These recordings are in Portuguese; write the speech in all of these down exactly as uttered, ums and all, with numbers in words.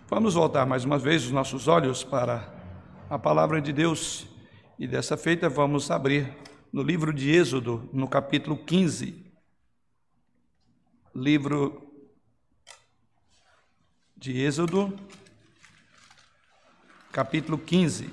Vamos voltar mais uma vez os nossos olhos para a palavra de Deus e dessa feita vamos abrir no livro de Êxodo, no capítulo quinze. Livro de Êxodo, capítulo quinze.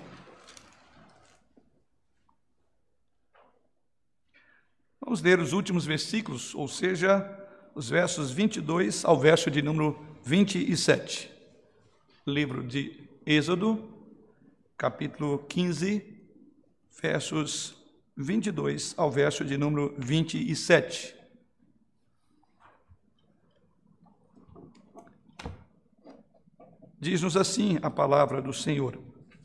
Vamos ler os últimos versículos, ou seja, os versos vinte e dois ao verso de número vinte e sete. Livro de Êxodo, capítulo quinze, versos vinte e dois ao verso de número vinte e sete. Diz-nos assim a palavra do Senhor.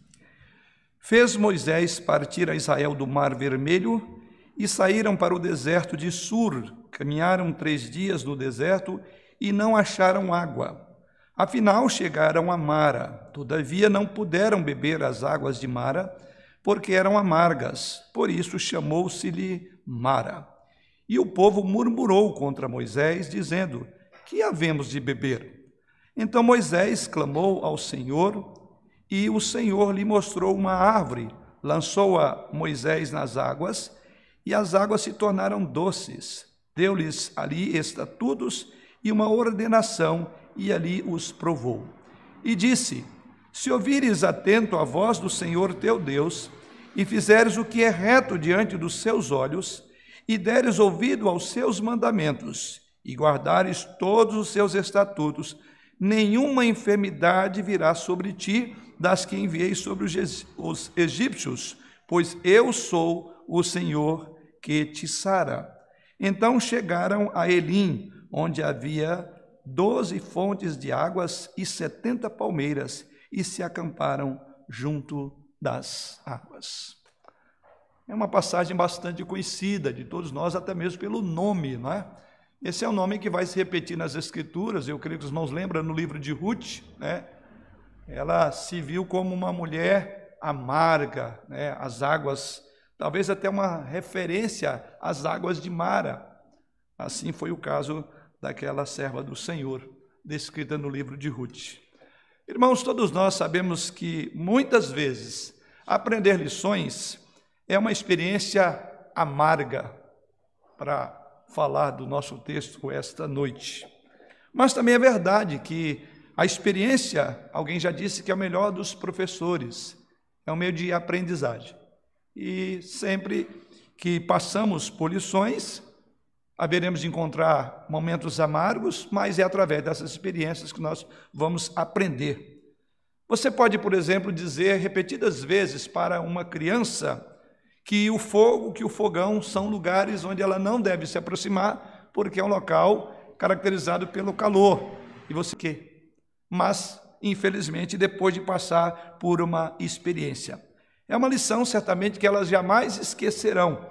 Fez Moisés partir a Israel do Mar Vermelho e saíram para o deserto de Sur. Caminharam três dias no deserto e não acharam água. Afinal, chegaram a Mara. Todavia, não puderam beber as águas de Mara, porque eram amargas. Por isso, chamou-se-lhe Mara. E o povo murmurou contra Moisés, dizendo: que havemos de beber? Então Moisés clamou ao Senhor, e o Senhor lhe mostrou uma árvore. Lançou-a Moisés nas águas, e as águas se tornaram doces. Deu-lhes ali estatutos e uma ordenação, e ali os provou. E disse: se ouvires atento a voz do Senhor teu Deus, e fizeres o que é reto diante dos seus olhos, e deres ouvido aos seus mandamentos, e guardares todos os seus estatutos, nenhuma enfermidade virá sobre ti das que enviei sobre os egípcios, pois eu sou o Senhor que te sara. Então chegaram a Elim, onde havia doze fontes de águas e setenta palmeiras, e se acamparam junto das águas. É uma passagem bastante conhecida de todos nós, até mesmo pelo nome, não é? Esse é um nome que vai se repetir nas Escrituras. Eu creio que os irmãos lembram no livro de Ruth, né? Ela se viu como uma mulher amarga, né? As águas, talvez até uma referência às águas de Mara. Assim foi o caso daquela serva do Senhor, descrita no livro de Ruth. Irmãos, todos nós sabemos que muitas vezes aprender lições é uma experiência amarga, para falar do nosso texto esta noite. Mas também é verdade que a experiência, alguém já disse que é o melhor dos professores, é um meio de aprendizagem. E sempre que passamos por lições, haveremos de encontrar momentos amargos, mas é através dessas experiências que nós vamos aprender. Você pode, por exemplo, dizer repetidas vezes para uma criança que o fogo, que o fogão são lugares onde ela não deve se aproximar, porque é um local caracterizado pelo calor. E você quer? Mas, infelizmente, depois de passar por uma experiência. É uma lição, certamente, que elas jamais esquecerão.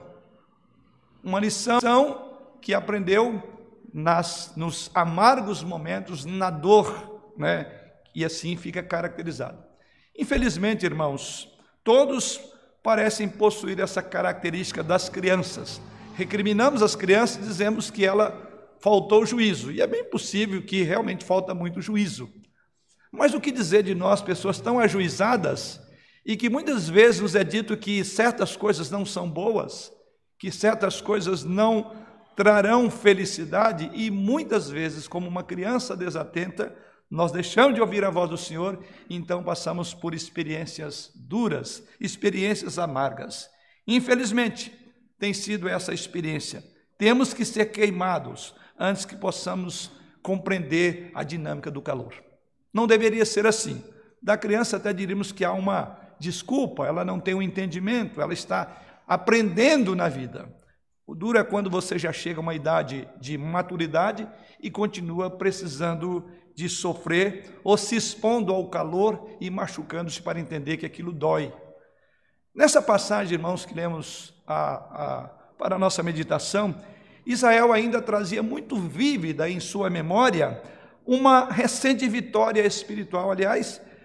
Uma lição que aprendeu nas, nos amargos momentos, na dor, né? E assim fica caracterizado. Infelizmente, irmãos, todos parecem possuir essa característica das crianças. Recriminamos as crianças e dizemos que ela faltou juízo, e é bem possível que realmente falta muito juízo. Mas o que dizer de nós, pessoas tão ajuizadas, e que muitas vezes nos é dito que certas coisas não são boas, que certas coisas não trarão felicidade, e muitas vezes, como uma criança desatenta, nós deixamos de ouvir a voz do Senhor, e então passamos por experiências duras, experiências amargas. Infelizmente, tem sido essa experiência. Temos que ser queimados antes que possamos compreender a dinâmica do calor. Não deveria ser assim. Da criança até diríamos que há uma desculpa, ela não tem um entendimento, ela está aprendendo na vida. O duro é quando você já chega a uma idade de maturidade e continua precisando de sofrer ou se expondo ao calor e machucando-se para entender que aquilo dói. Nessa passagem, irmãos, que lemos a, a, para a nossa meditação, Israel ainda trazia muito vívida em sua memória uma recente vitória espiritual. Aliás,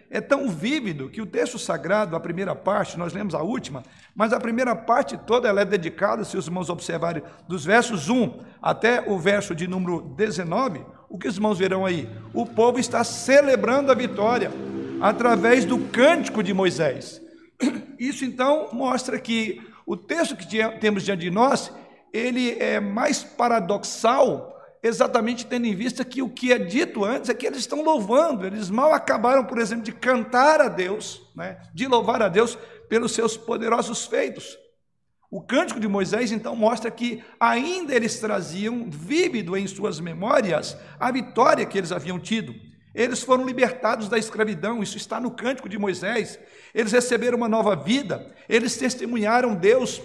é tão vívido que o texto sagrado, a primeira parte, nós lemos a última, mas a primeira parte toda ela é dedicada, se os irmãos observarem, dos versos um até o verso de número dezenove, o que os irmãos verão aí? O povo está celebrando a vitória através do cântico de Moisés. Isso então mostra que o texto que temos diante de nós, ele é mais paradoxal, exatamente tendo em vista que o que é dito antes é que eles estão louvando, eles mal acabaram, por exemplo, de cantar a Deus, né, de louvar a Deus pelos seus poderosos feitos. O cântico de Moisés, então, mostra que ainda eles traziam vívido em suas memórias a vitória que eles haviam tido. Eles foram libertados da escravidão, isso está no cântico de Moisés. Eles receberam uma nova vida, eles testemunharam Deus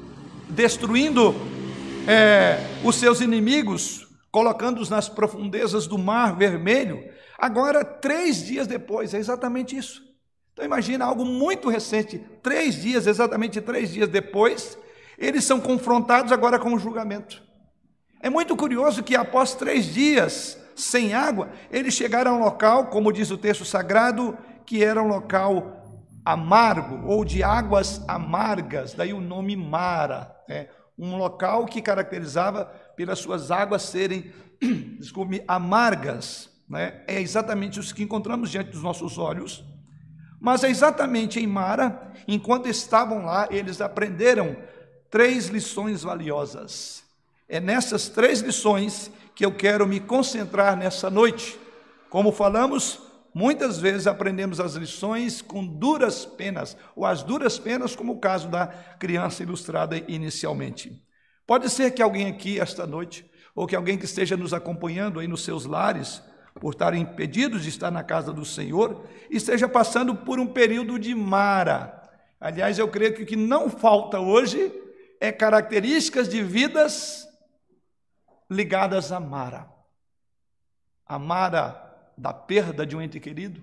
destruindo é, os seus inimigos, colocando-os nas profundezas do Mar Vermelho. Agora, três dias depois, é exatamente isso. Então imagina algo muito recente, três dias, exatamente três dias depois, eles são confrontados agora com o julgamento. É muito curioso que após três dias sem água, eles chegaram a um local, como diz o texto sagrado, que era um local amargo, ou de águas amargas, daí o nome Mara, né? Um local que caracterizava pelas suas águas serem, desculpe, amargas, né? É exatamente isso que encontramos diante dos nossos olhos, mas é exatamente em Mara, enquanto estavam lá, eles aprenderam três lições valiosas. É nessas três lições que eu quero me concentrar nessa noite. Como falamos, muitas vezes aprendemos as lições com duras penas, ou as duras penas, como o caso da criança ilustrada inicialmente. Pode ser que alguém aqui esta noite, ou que alguém que esteja nos acompanhando aí nos seus lares, por estarem impedidos de estar na casa do Senhor, esteja passando por um período de Mara. Aliás, eu creio que o que não falta hoje é características de vidas ligadas a Mara. A Mara da perda de um ente querido,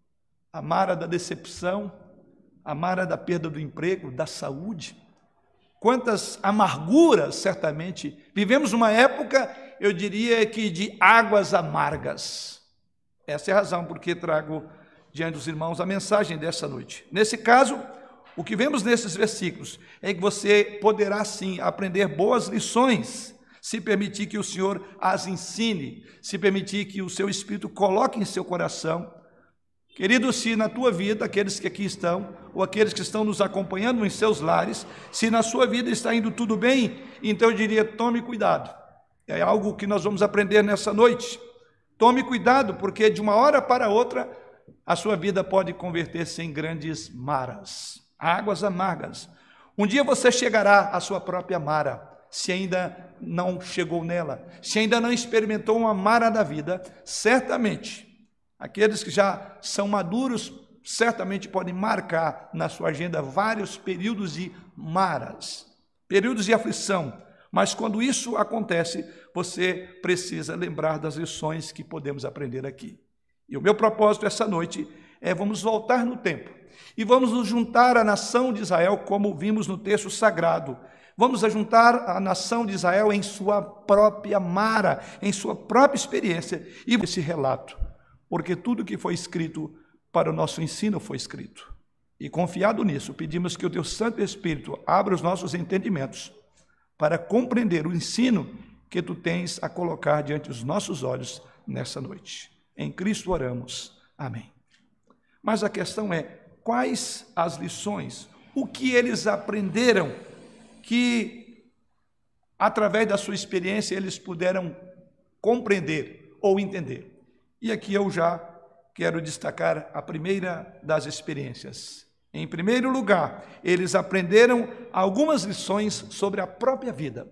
a Mara da decepção, a Mara da perda do emprego, da saúde. Quantas amarguras, certamente. Vivemos uma época, eu diria que de águas amargas. Essa é a razão por que trago diante dos irmãos a mensagem dessa noite. Nesse caso, o que vemos nesses versículos é que você poderá sim aprender boas lições, se permitir que o Senhor as ensine, se permitir que o seu Espírito coloque em seu coração. Querido, se na tua vida, aqueles que aqui estão, ou aqueles que estão nos acompanhando em seus lares, se na sua vida está indo tudo bem, então eu diria, tome cuidado. É algo que nós vamos aprender nessa noite. Tome cuidado, porque de uma hora para outra, a sua vida pode converter-se em grandes maras, águas amargas. Um dia você chegará à sua própria mara, se ainda não chegou nela, se ainda não experimentou uma mara da vida, certamente, aqueles que já são maduros, certamente podem marcar na sua agenda vários períodos de maras, períodos de aflição, mas quando isso acontece, você precisa lembrar das lições que podemos aprender aqui. E o meu propósito essa noite é, vamos voltar no tempo, e vamos nos juntar à nação de Israel, como vimos no texto sagrado. Vamos juntar a nação de Israel em sua própria mara, em sua própria experiência, e esse relato, porque tudo que foi escrito para o nosso ensino foi escrito. E confiado nisso, pedimos que o teu Santo Espírito abra os nossos entendimentos para compreender o ensino que tu tens a colocar diante dos nossos olhos nessa noite. Em Cristo oramos. Amém. Mas a questão é, quais as lições, o que eles aprenderam que, através da sua experiência, eles puderam compreender ou entender. E aqui eu já quero destacar a primeira das experiências. Em primeiro lugar, eles aprenderam algumas lições sobre a própria vida.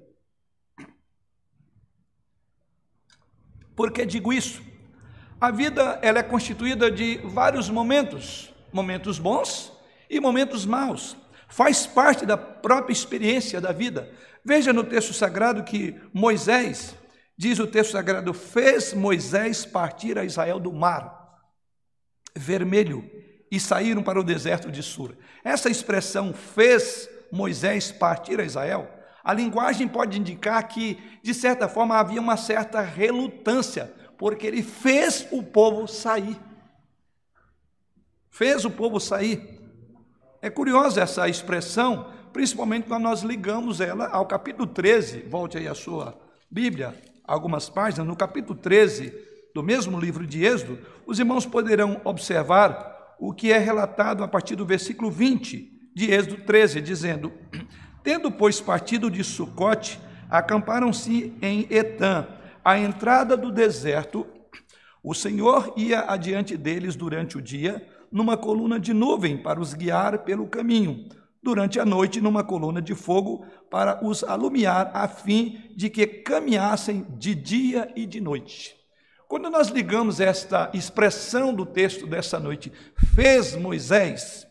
Por que digo isso? A vida ela é constituída de vários momentos, momentos bons e momentos maus. Faz parte da própria experiência da vida. Veja no texto sagrado que Moisés, diz o texto sagrado, fez Moisés partir a Israel do mar vermelho e saíram para o deserto de Sur. Essa expressão, fez Moisés partir a Israel, a linguagem pode indicar que, de certa forma, havia uma certa relutância, porque ele fez o povo sair. fez o povo sair. É curiosa essa expressão, principalmente quando nós ligamos ela ao capítulo treze, volte aí a sua Bíblia, algumas páginas, no capítulo treze do mesmo livro de Êxodo, os irmãos poderão observar o que é relatado a partir do versículo vinte de Êxodo treze, dizendo: tendo, pois, partido de Sucote, acamparam-se em Etã, à entrada do deserto. O Senhor ia adiante deles durante o dia, numa coluna de nuvem para os guiar pelo caminho, durante a noite numa coluna de fogo para os alumiar, a fim de que caminhassem de dia e de noite. Quando nós ligamos esta expressão do texto dessa noite, fez Moisés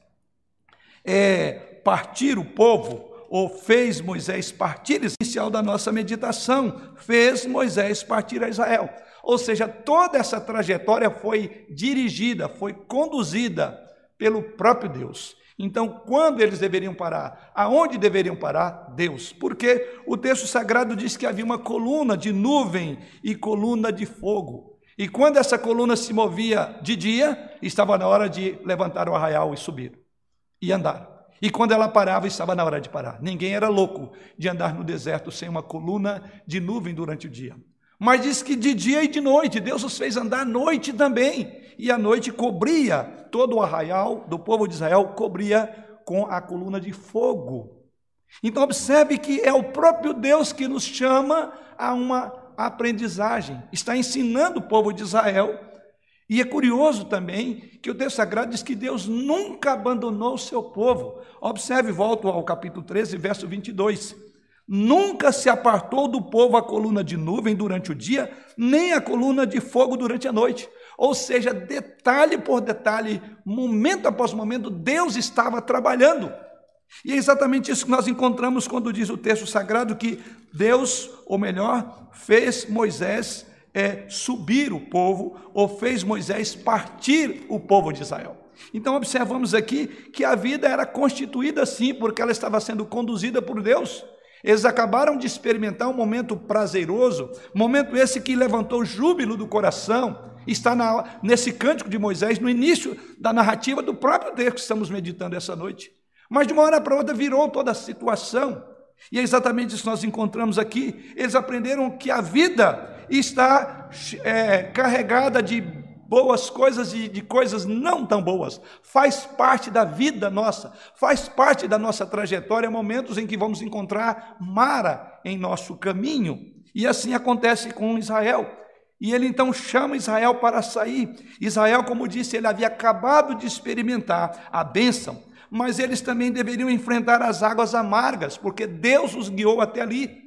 é, partir o povo, ou fez Moisés partir, inicial da nossa meditação, fez Moisés partir a Israel. Ou seja, toda essa trajetória foi dirigida, foi conduzida pelo próprio Deus. Então, quando eles deveriam parar? Aonde deveriam parar? Deus. Porque o texto sagrado diz que havia uma coluna de nuvem e coluna de fogo. E quando essa coluna se movia de dia, estava na hora de levantar o arraial e subir, e andar. E quando ela parava, estava na hora de parar. Ninguém era louco de andar no deserto sem uma coluna de nuvem durante o dia. Mas diz que de dia e de noite, Deus os fez andar à noite também. E a noite cobria todo o arraial do povo de Israel, cobria com a coluna de fogo. Então observe que é o próprio Deus que nos chama a uma aprendizagem. Está ensinando o povo de Israel. E é curioso também que o texto sagrado diz que Deus nunca abandonou o seu povo. Observe, volto ao capítulo treze, verso vinte e dois. Nunca se apartou do povo a coluna de nuvem durante o dia, nem a coluna de fogo durante a noite. Ou seja, detalhe por detalhe, momento após momento, Deus estava trabalhando. E é exatamente isso que nós encontramos quando diz o texto sagrado que Deus, ou melhor, fez Moisés é, subir o povo, ou fez Moisés partir o povo de Israel. Então observamos aqui que a vida era constituída assim, porque ela estava sendo conduzida por Deus. Eles acabaram de experimentar um momento prazeroso, momento esse que levantou júbilo do coração, está na, nesse cântico de Moisés, no início da narrativa do próprio texto que estamos meditando essa noite. Mas de uma hora para outra virou toda a situação, e é exatamente isso que nós encontramos aqui. Eles aprenderam que a vida está é, carregada de boas coisas e de coisas não tão boas, faz parte da vida nossa, faz parte da nossa trajetória, momentos em que vamos encontrar Mara em nosso caminho, e assim acontece com Israel, e ele então chama Israel para sair. Israel, como disse, ele havia acabado de experimentar a bênção, mas eles também deveriam enfrentar as águas amargas, porque Deus os guiou até ali.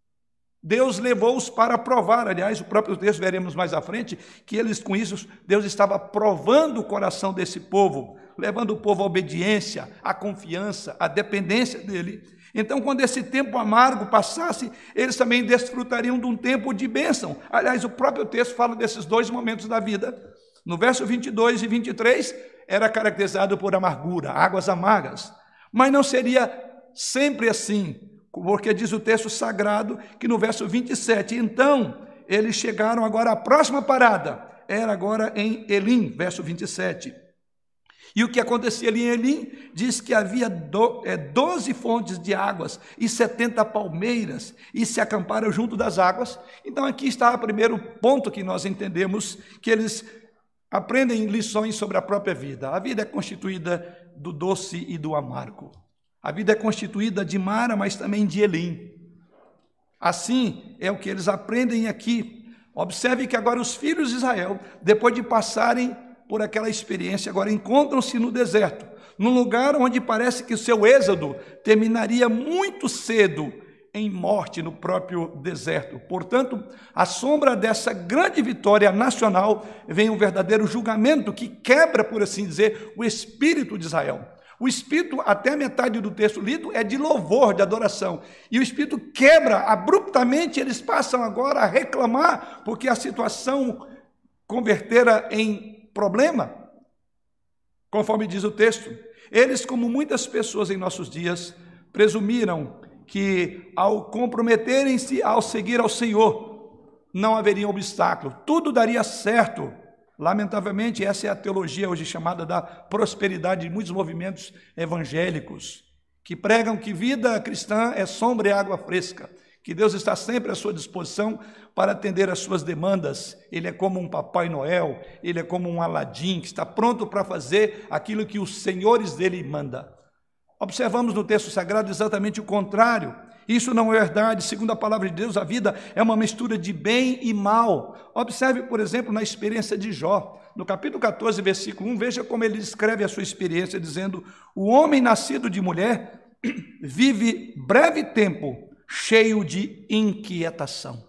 Deus levou-os para provar, aliás, o próprio texto veremos mais à frente, que eles com isso, Deus estava provando o coração desse povo, levando o povo à obediência, à confiança, à dependência dele. Então, quando esse tempo amargo passasse, eles também desfrutariam de um tempo de bênção. Aliás, o próprio texto fala desses dois momentos da vida. No verso vinte e dois e vinte e três, era caracterizado por amargura, águas amargas, mas não seria sempre assim, porque diz o texto sagrado que no verso vinte e sete, então eles chegaram agora à próxima parada, era agora em Elim, verso vinte e sete. E o que acontecia ali em Elim, diz que havia do, é, doze fontes de águas e setenta palmeiras, e se acamparam junto das águas. Então aqui está o primeiro ponto que nós entendemos, que eles aprendem lições sobre a própria vida. A vida é constituída do doce e do amargo. A vida é constituída de Mara, mas também de Elim. Assim é o que eles aprendem aqui. Observe que agora os filhos de Israel, depois de passarem por aquela experiência, agora encontram-se no deserto, num lugar onde parece que o seu êxodo terminaria muito cedo em morte no próprio deserto. Portanto, à sombra dessa grande vitória nacional, vem um verdadeiro julgamento que quebra, por assim dizer, o espírito de Israel. O espírito, até a metade do texto lido, é de louvor, de adoração. E o espírito quebra abruptamente, eles passam agora a reclamar, porque a situação convertera em problema. Conforme diz o texto, eles, como muitas pessoas em nossos dias, presumiram que ao comprometerem-se ao seguir ao Senhor, não haveria obstáculo, tudo daria certo. Lamentavelmente, essa é a teologia hoje chamada da prosperidade de muitos movimentos evangélicos, que pregam que vida cristã é sombra e água fresca, que Deus está sempre à sua disposição para atender às suas demandas. Ele é como um Papai Noel, ele é como um Aladim, que está pronto para fazer aquilo que os senhores dele mandam. Observamos no texto sagrado exatamente o contrário. Isso não é verdade. Segundo a palavra de Deus, a vida é uma mistura de bem e mal. Observe, por exemplo, na experiência de Jó. No capítulo quatorze, versículo um, veja como ele descreve a sua experiência, dizendo: o homem nascido de mulher vive breve tempo, cheio de inquietação.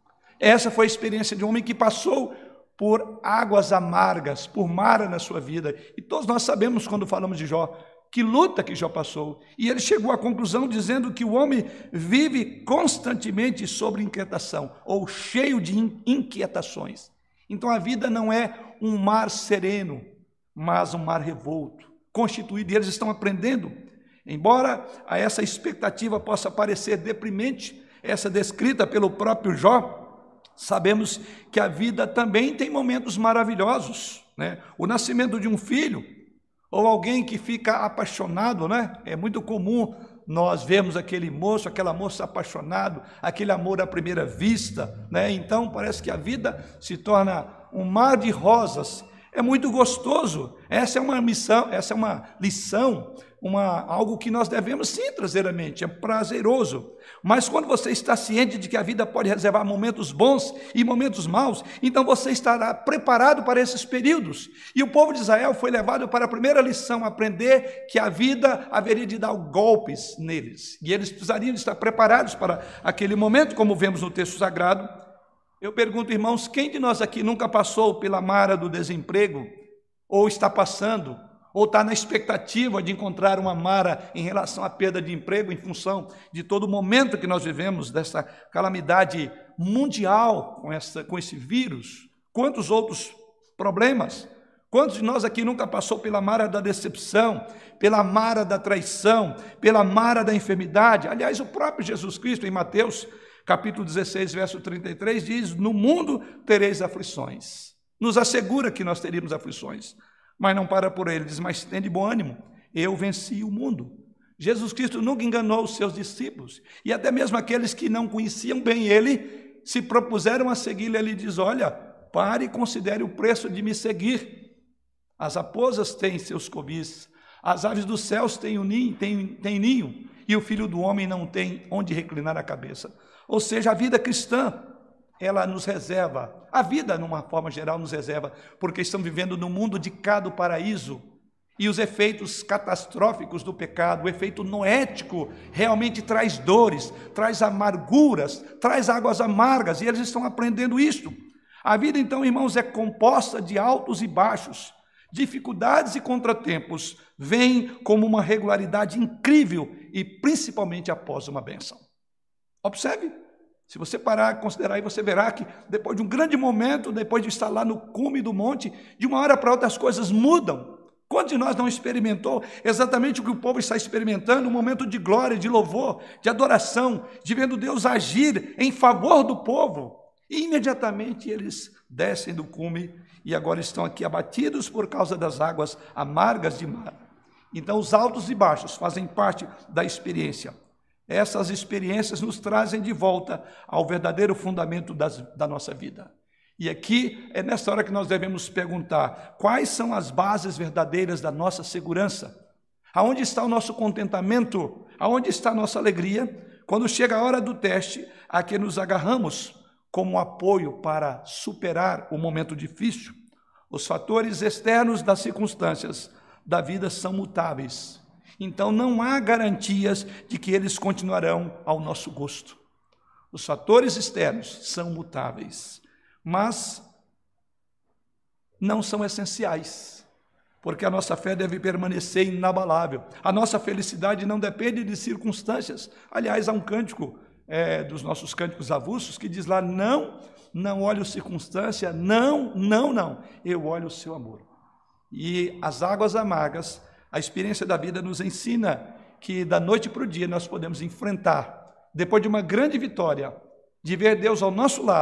Essa foi a experiência de um homem que passou por águas amargas, por mara na sua vida. E todos nós sabemos, quando falamos de Jó, que luta que Jó passou. E ele chegou à conclusão dizendo que o homem vive constantemente sobre inquietação, ou cheio de inquietações. Então a vida não é um mar sereno, mas um mar revolto, constituído, e eles estão aprendendo. Embora a essa expectativa possa parecer deprimente, essa descrita pelo próprio Jó, sabemos que a vida também tem momentos maravilhosos, né? O nascimento de um filho, ou alguém que fica apaixonado, né? É muito comum nós vemos aquele moço, aquela moça apaixonado, aquele amor à primeira vista, né? Então parece que a vida se torna um mar de rosas. É muito gostoso. Essa é uma missão, essa é uma lição, uma, algo que nós devemos sim trazer à mente, é prazeroso. Mas quando você está ciente de que a vida pode reservar momentos bons e momentos maus, então você estará preparado para esses períodos. E o povo de Israel foi levado para a primeira lição, aprender que a vida haveria de dar golpes neles. E eles precisariam estar preparados para aquele momento, como vemos no texto sagrado. Eu pergunto, irmãos, quem de nós aqui nunca passou pela mara do desemprego, ou está passando, ou está na expectativa de encontrar uma mara em relação à perda de emprego, em função de todo o momento que nós vivemos, dessa calamidade mundial com, essa, com esse vírus? Quantos outros problemas? Quantos de nós aqui nunca passou pela mara da decepção, pela mara da traição, pela mara da enfermidade? Aliás, o próprio Jesus Cristo, em Mateus capítulo dezesseis, verso trinta e três, diz: no mundo tereis aflições. Nos assegura que nós teríamos aflições. Mas não para por ele, diz: mas tem de bom ânimo, eu venci o mundo. Jesus Cristo nunca enganou os seus discípulos, e até mesmo aqueles que não conheciam bem ele, se propuseram a segui-lo. Ele diz: olha, pare e considere o preço de me seguir. As raposas têm seus covis, as aves dos céus têm, um ninho, têm, têm ninho, e o filho do homem não tem onde reclinar a cabeça. Ou seja, a vida cristã, ela nos reserva, a vida, numa forma geral, nos reserva, porque estamos vivendo num mundo de cá do paraíso, e os efeitos catastróficos do pecado, o efeito noético, realmente traz dores, traz amarguras, traz águas amargas, e eles estão aprendendo isto. A vida, então, irmãos, é composta de altos e baixos, dificuldades e contratempos, vêm como uma regularidade incrível, e principalmente após uma bênção. Observe, se você parar e considerar aí, você verá que depois de um grande momento, depois de estar lá no cume do monte, de uma hora para outra as coisas mudam. Quantos de nós não experimentou exatamente o que o povo está experimentando? Um momento de glória, de louvor, de adoração, de vendo Deus agir em favor do povo. E imediatamente eles descem do cume e agora estão aqui abatidos por causa das águas amargas de mar. Então os altos e baixos fazem parte da experiência. Essas experiências nos trazem de volta ao verdadeiro fundamento das, da nossa vida. E aqui é nessa hora que nós devemos perguntar: quais são as bases verdadeiras da nossa segurança? Aonde está o nosso contentamento? Aonde está a nossa alegria? Quando chega a hora do teste, a que nos agarramos como apoio para superar o momento difícil. Os fatores externos das circunstâncias da vida são mutáveis. Então não há garantias de que eles continuarão ao nosso gosto. Os fatores externos são mutáveis, mas não são essenciais, porque a nossa fé deve permanecer inabalável. A nossa felicidade não depende de circunstâncias. Aliás, há um cântico é, dos nossos cânticos avulsos que diz lá: não, não olho circunstância, não, não, não, eu olho o seu amor. E as águas amargas, a experiência da vida nos ensina que da noite para o dia nós podemos enfrentar, depois de uma grande vitória, de ver Deus ao nosso lado,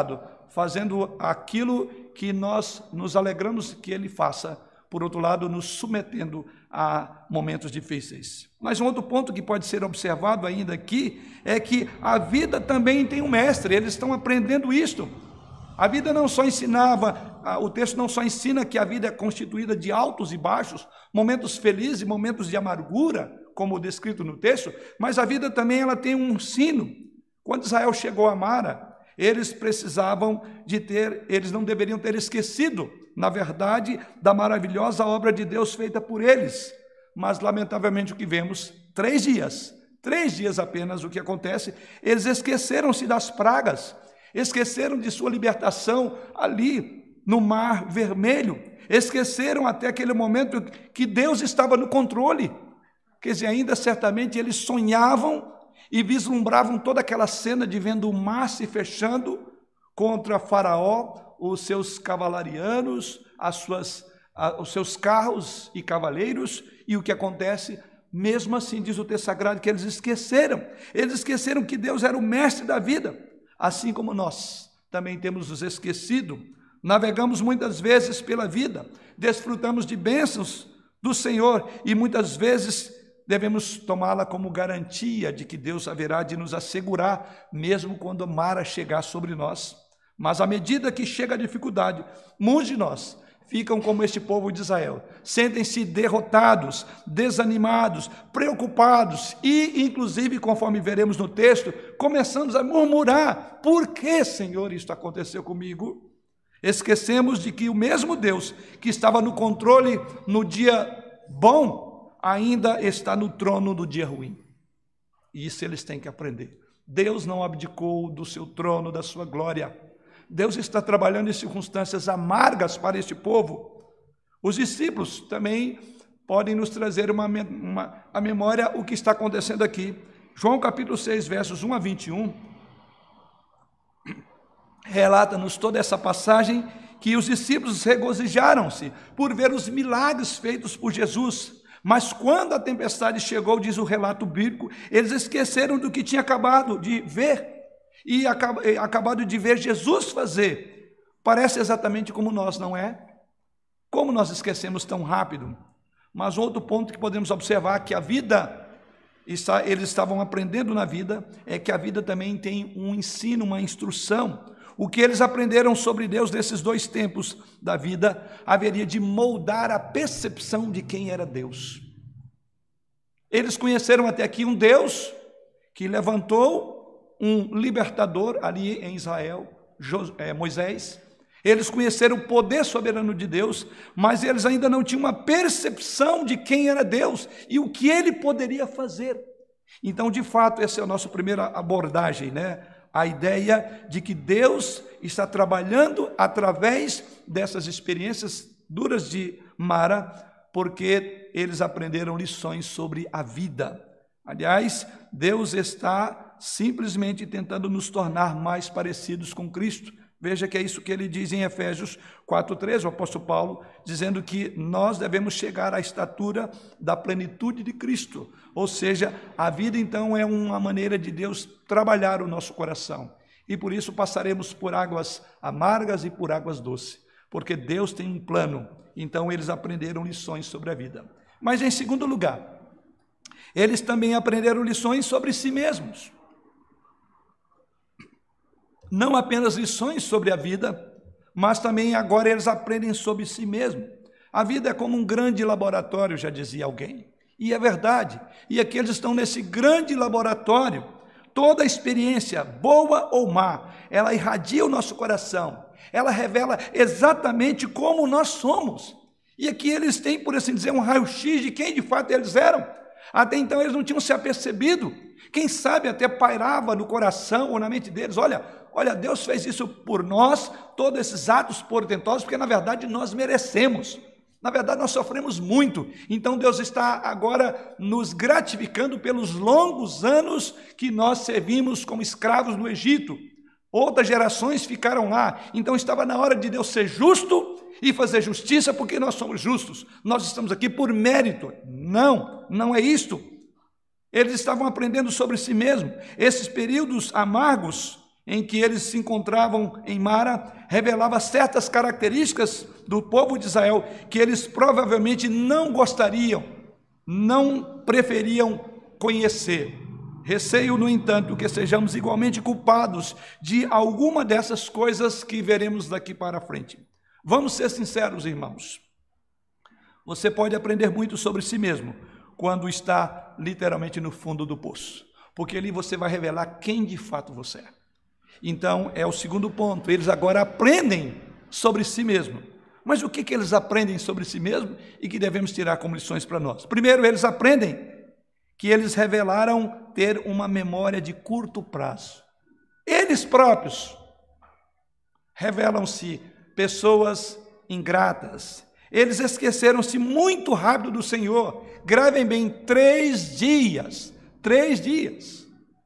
fazendo aquilo que nós nos alegramos que ele faça, por outro lado, nos submetendo a momentos difíceis. Mas um outro ponto que pode ser observado ainda aqui é que a vida também tem um mestre, eles estão aprendendo isto. A vida não só ensinava, o texto não só ensina que a vida é constituída de altos e baixos, momentos felizes e momentos de amargura, como descrito no texto, mas a vida também ela tem um ensino. Quando Israel chegou a Mara, eles precisavam de ter, eles não deveriam ter esquecido, na verdade, da maravilhosa obra de Deus feita por eles. Mas, lamentavelmente, o que vemos, três dias, três dias apenas, o que acontece, eles esqueceram-se das pragas, esqueceram de sua libertação ali no Mar Vermelho, esqueceram até aquele momento que Deus estava no controle. Quer dizer, ainda certamente eles sonhavam e vislumbravam toda aquela cena de vendo o mar se fechando contra Faraó, os seus cavalarianos, as suas, os seus carros e cavaleiros, e o que acontece? Mesmo assim, diz o texto sagrado, que eles esqueceram, eles esqueceram que Deus era o mestre da vida, assim como nós também temos nos esquecido. Navegamos muitas vezes pela vida, desfrutamos de bênçãos do Senhor, e muitas vezes devemos tomá-la como garantia de que Deus haverá de nos assegurar, mesmo quando a mara chegar sobre nós. Mas à medida que chega a dificuldade, muitos de nós ficam como este povo de Israel, sentem-se derrotados, desanimados, preocupados e, inclusive, conforme veremos no texto, começamos a murmurar: por que, Senhor, isto aconteceu comigo? Esquecemos de que o mesmo Deus que estava no controle no dia bom, ainda está no trono do dia ruim. E isso eles têm que aprender. Deus não abdicou do seu trono, da sua glória. Deus está trabalhando em circunstâncias amargas para este povo. Os discípulos também podem nos trazer uma, uma, a memória o que está acontecendo aqui. João capítulo seis, versos um a vinte e um, relata-nos toda essa passagem, que os discípulos regozijaram-se por ver os milagres feitos por Jesus. Mas quando a tempestade chegou, diz o relato bíblico, eles esqueceram do que tinha acabado de ver, e acabado de ver Jesus fazer. Parece exatamente como nós, não é? Como nós esquecemos tão rápido. Mas outro ponto que podemos observar, que a vida, está, eles estavam aprendendo na vida, é que a vida também tem um ensino, uma instrução. O que eles aprenderam sobre Deus nesses dois tempos da vida, haveria de moldar a percepção de quem era Deus. Eles conheceram até aqui um Deus que levantou um libertador ali em Israel, Moisés. Eles conheceram o poder soberano de Deus, mas eles ainda não tinham uma percepção de quem era Deus e o que ele poderia fazer. Então, de fato, essa é a nossa primeira abordagem, né? A ideia de que Deus está trabalhando através dessas experiências duras de Mara, porque eles aprenderam lições sobre a vida. Aliás, Deus está simplesmente tentando nos tornar mais parecidos com Cristo. Veja que é isso que ele diz em Efésios quatro, treze, o apóstolo Paulo, dizendo que nós devemos chegar à estatura da plenitude de Cristo. Ou seja, a vida então é uma maneira de Deus trabalhar o nosso coração. E por isso passaremos por águas amargas e por águas doces, porque Deus tem um plano. Então eles aprenderam lições sobre a vida. Mas em segundo lugar, eles também aprenderam lições sobre si mesmos. Não apenas lições sobre a vida, mas também agora eles aprendem sobre si mesmos. A vida é como um grande laboratório, já dizia alguém. E é verdade. E aqui eles estão nesse grande laboratório. Toda experiência, boa ou má, ela irradia o nosso coração. Ela revela exatamente como nós somos. E aqui eles têm, por assim dizer, um raio-x de quem de fato eles eram. Até então eles não tinham se apercebido. Quem sabe até pairava no coração ou na mente deles: olha, olha, Deus fez isso por nós, todos esses atos portentosos, porque na verdade nós merecemos. Na verdade nós sofremos muito. Então Deus está agora nos gratificando pelos longos anos que nós servimos como escravos no Egito. Outras gerações ficaram lá. Então estava na hora de Deus ser justo e fazer justiça, porque nós somos justos. Nós estamos aqui por mérito. Não, não é isto. Eles estavam aprendendo sobre si mesmos. Esses períodos amargos em que eles se encontravam em Mara, revelava certas características do povo de Israel que eles provavelmente não gostariam, não preferiam conhecer. Receio, no entanto, que sejamos igualmente culpados de alguma dessas coisas que veremos daqui para frente. Vamos ser sinceros, irmãos. Você pode aprender muito sobre si mesmo quando está literalmente no fundo do poço, porque ali você vai revelar quem de fato você é. Então, é o segundo ponto, eles agora aprendem sobre si mesmo. Mas o que, que eles aprendem sobre si mesmo e que devemos tirar como lições para nós? Primeiro, eles aprendem que eles revelaram ter uma memória de curto prazo. Eles próprios revelam-se pessoas ingratas. Eles esqueceram-se muito rápido do Senhor. Gravem bem, três dias. Três dias.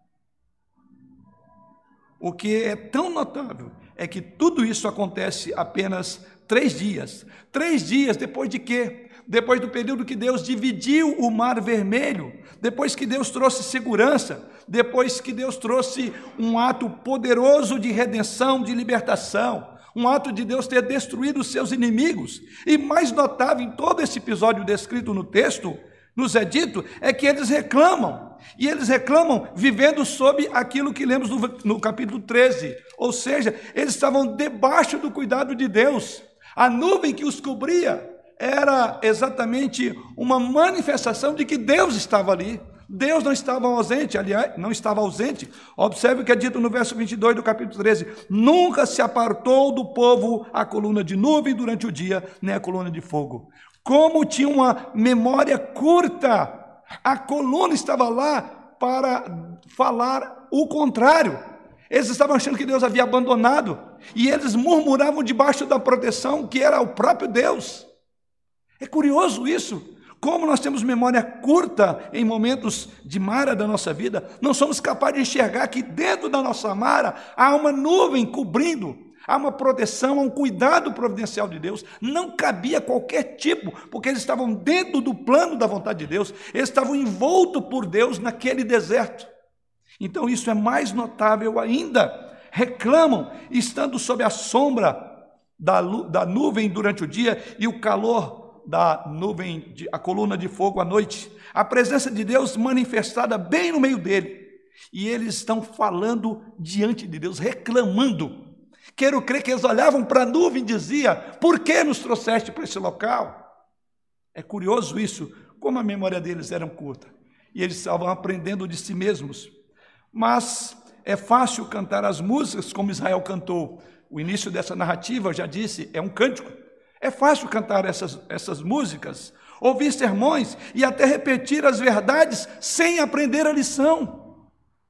O que é tão notável é que tudo isso acontece apenas três dias. Três dias depois de quê? Depois do período que Deus dividiu o Mar Vermelho, depois que Deus trouxe segurança, depois que Deus trouxe um ato poderoso de redenção, de libertação, um ato de Deus ter destruído os seus inimigos. E mais notável em todo esse episódio descrito no texto, nos é dito, é que eles reclamam. E eles reclamam vivendo sob aquilo que lemos no, no capítulo treze. Ou seja, eles estavam debaixo do cuidado de Deus. A nuvem que os cobria era exatamente uma manifestação de que Deus estava ali. Deus não estava ausente, aliás, não estava ausente. Observe o que é dito no verso vinte e dois do capítulo treze. Nunca se apartou do povo a coluna de nuvem durante o dia, nem a coluna de fogo. Como tinha uma memória curta, a coluna estava lá para falar o contrário. Eles estavam achando que Deus havia abandonado, e eles murmuravam debaixo da proteção que era o próprio Deus. É curioso isso, como nós temos memória curta em momentos de mara da nossa vida, não somos capazes de enxergar que dentro da nossa mara há uma nuvem cobrindo, há uma proteção, há um cuidado providencial de Deus. Não cabia qualquer tipo, porque eles estavam dentro do plano da vontade de Deus, eles estavam envoltos por Deus naquele deserto. Então isso é mais notável ainda. Reclamam, estando sob a sombra da, da nuvem durante o dia e o calor da nuvem, de, a coluna de fogo à noite, a presença de Deus manifestada bem no meio dele, e eles estão falando diante de Deus, reclamando. Quero crer que eles olhavam para a nuvem e diziam: por que nos trouxeste para esse local? É curioso isso, como a memória deles era curta, e eles estavam aprendendo de si mesmos. Mas é fácil cantar as músicas como Israel cantou. O início dessa narrativa, eu já disse, é um cântico. É fácil cantar essas, essas músicas, ouvir sermões e até repetir as verdades sem aprender a lição.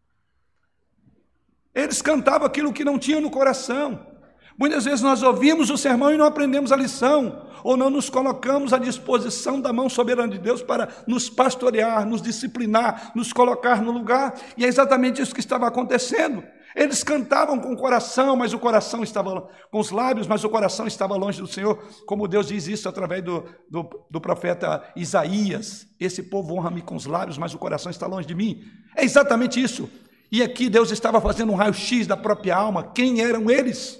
Eles cantavam aquilo que não tinham no coração. Muitas vezes nós ouvimos o sermão e não aprendemos a lição, ou não nos colocamos à disposição da mão soberana de Deus para nos pastorear, nos disciplinar, nos colocar no lugar. E é exatamente isso que estava acontecendo. Eles cantavam com o coração, mas o coração estava com os lábios, mas o coração estava longe do Senhor, como Deus diz isso através do, do, do profeta Isaías: esse povo honra-me com os lábios, mas o coração está longe de mim. É exatamente isso. E aqui Deus estava fazendo um raio-x da própria alma. Quem eram eles?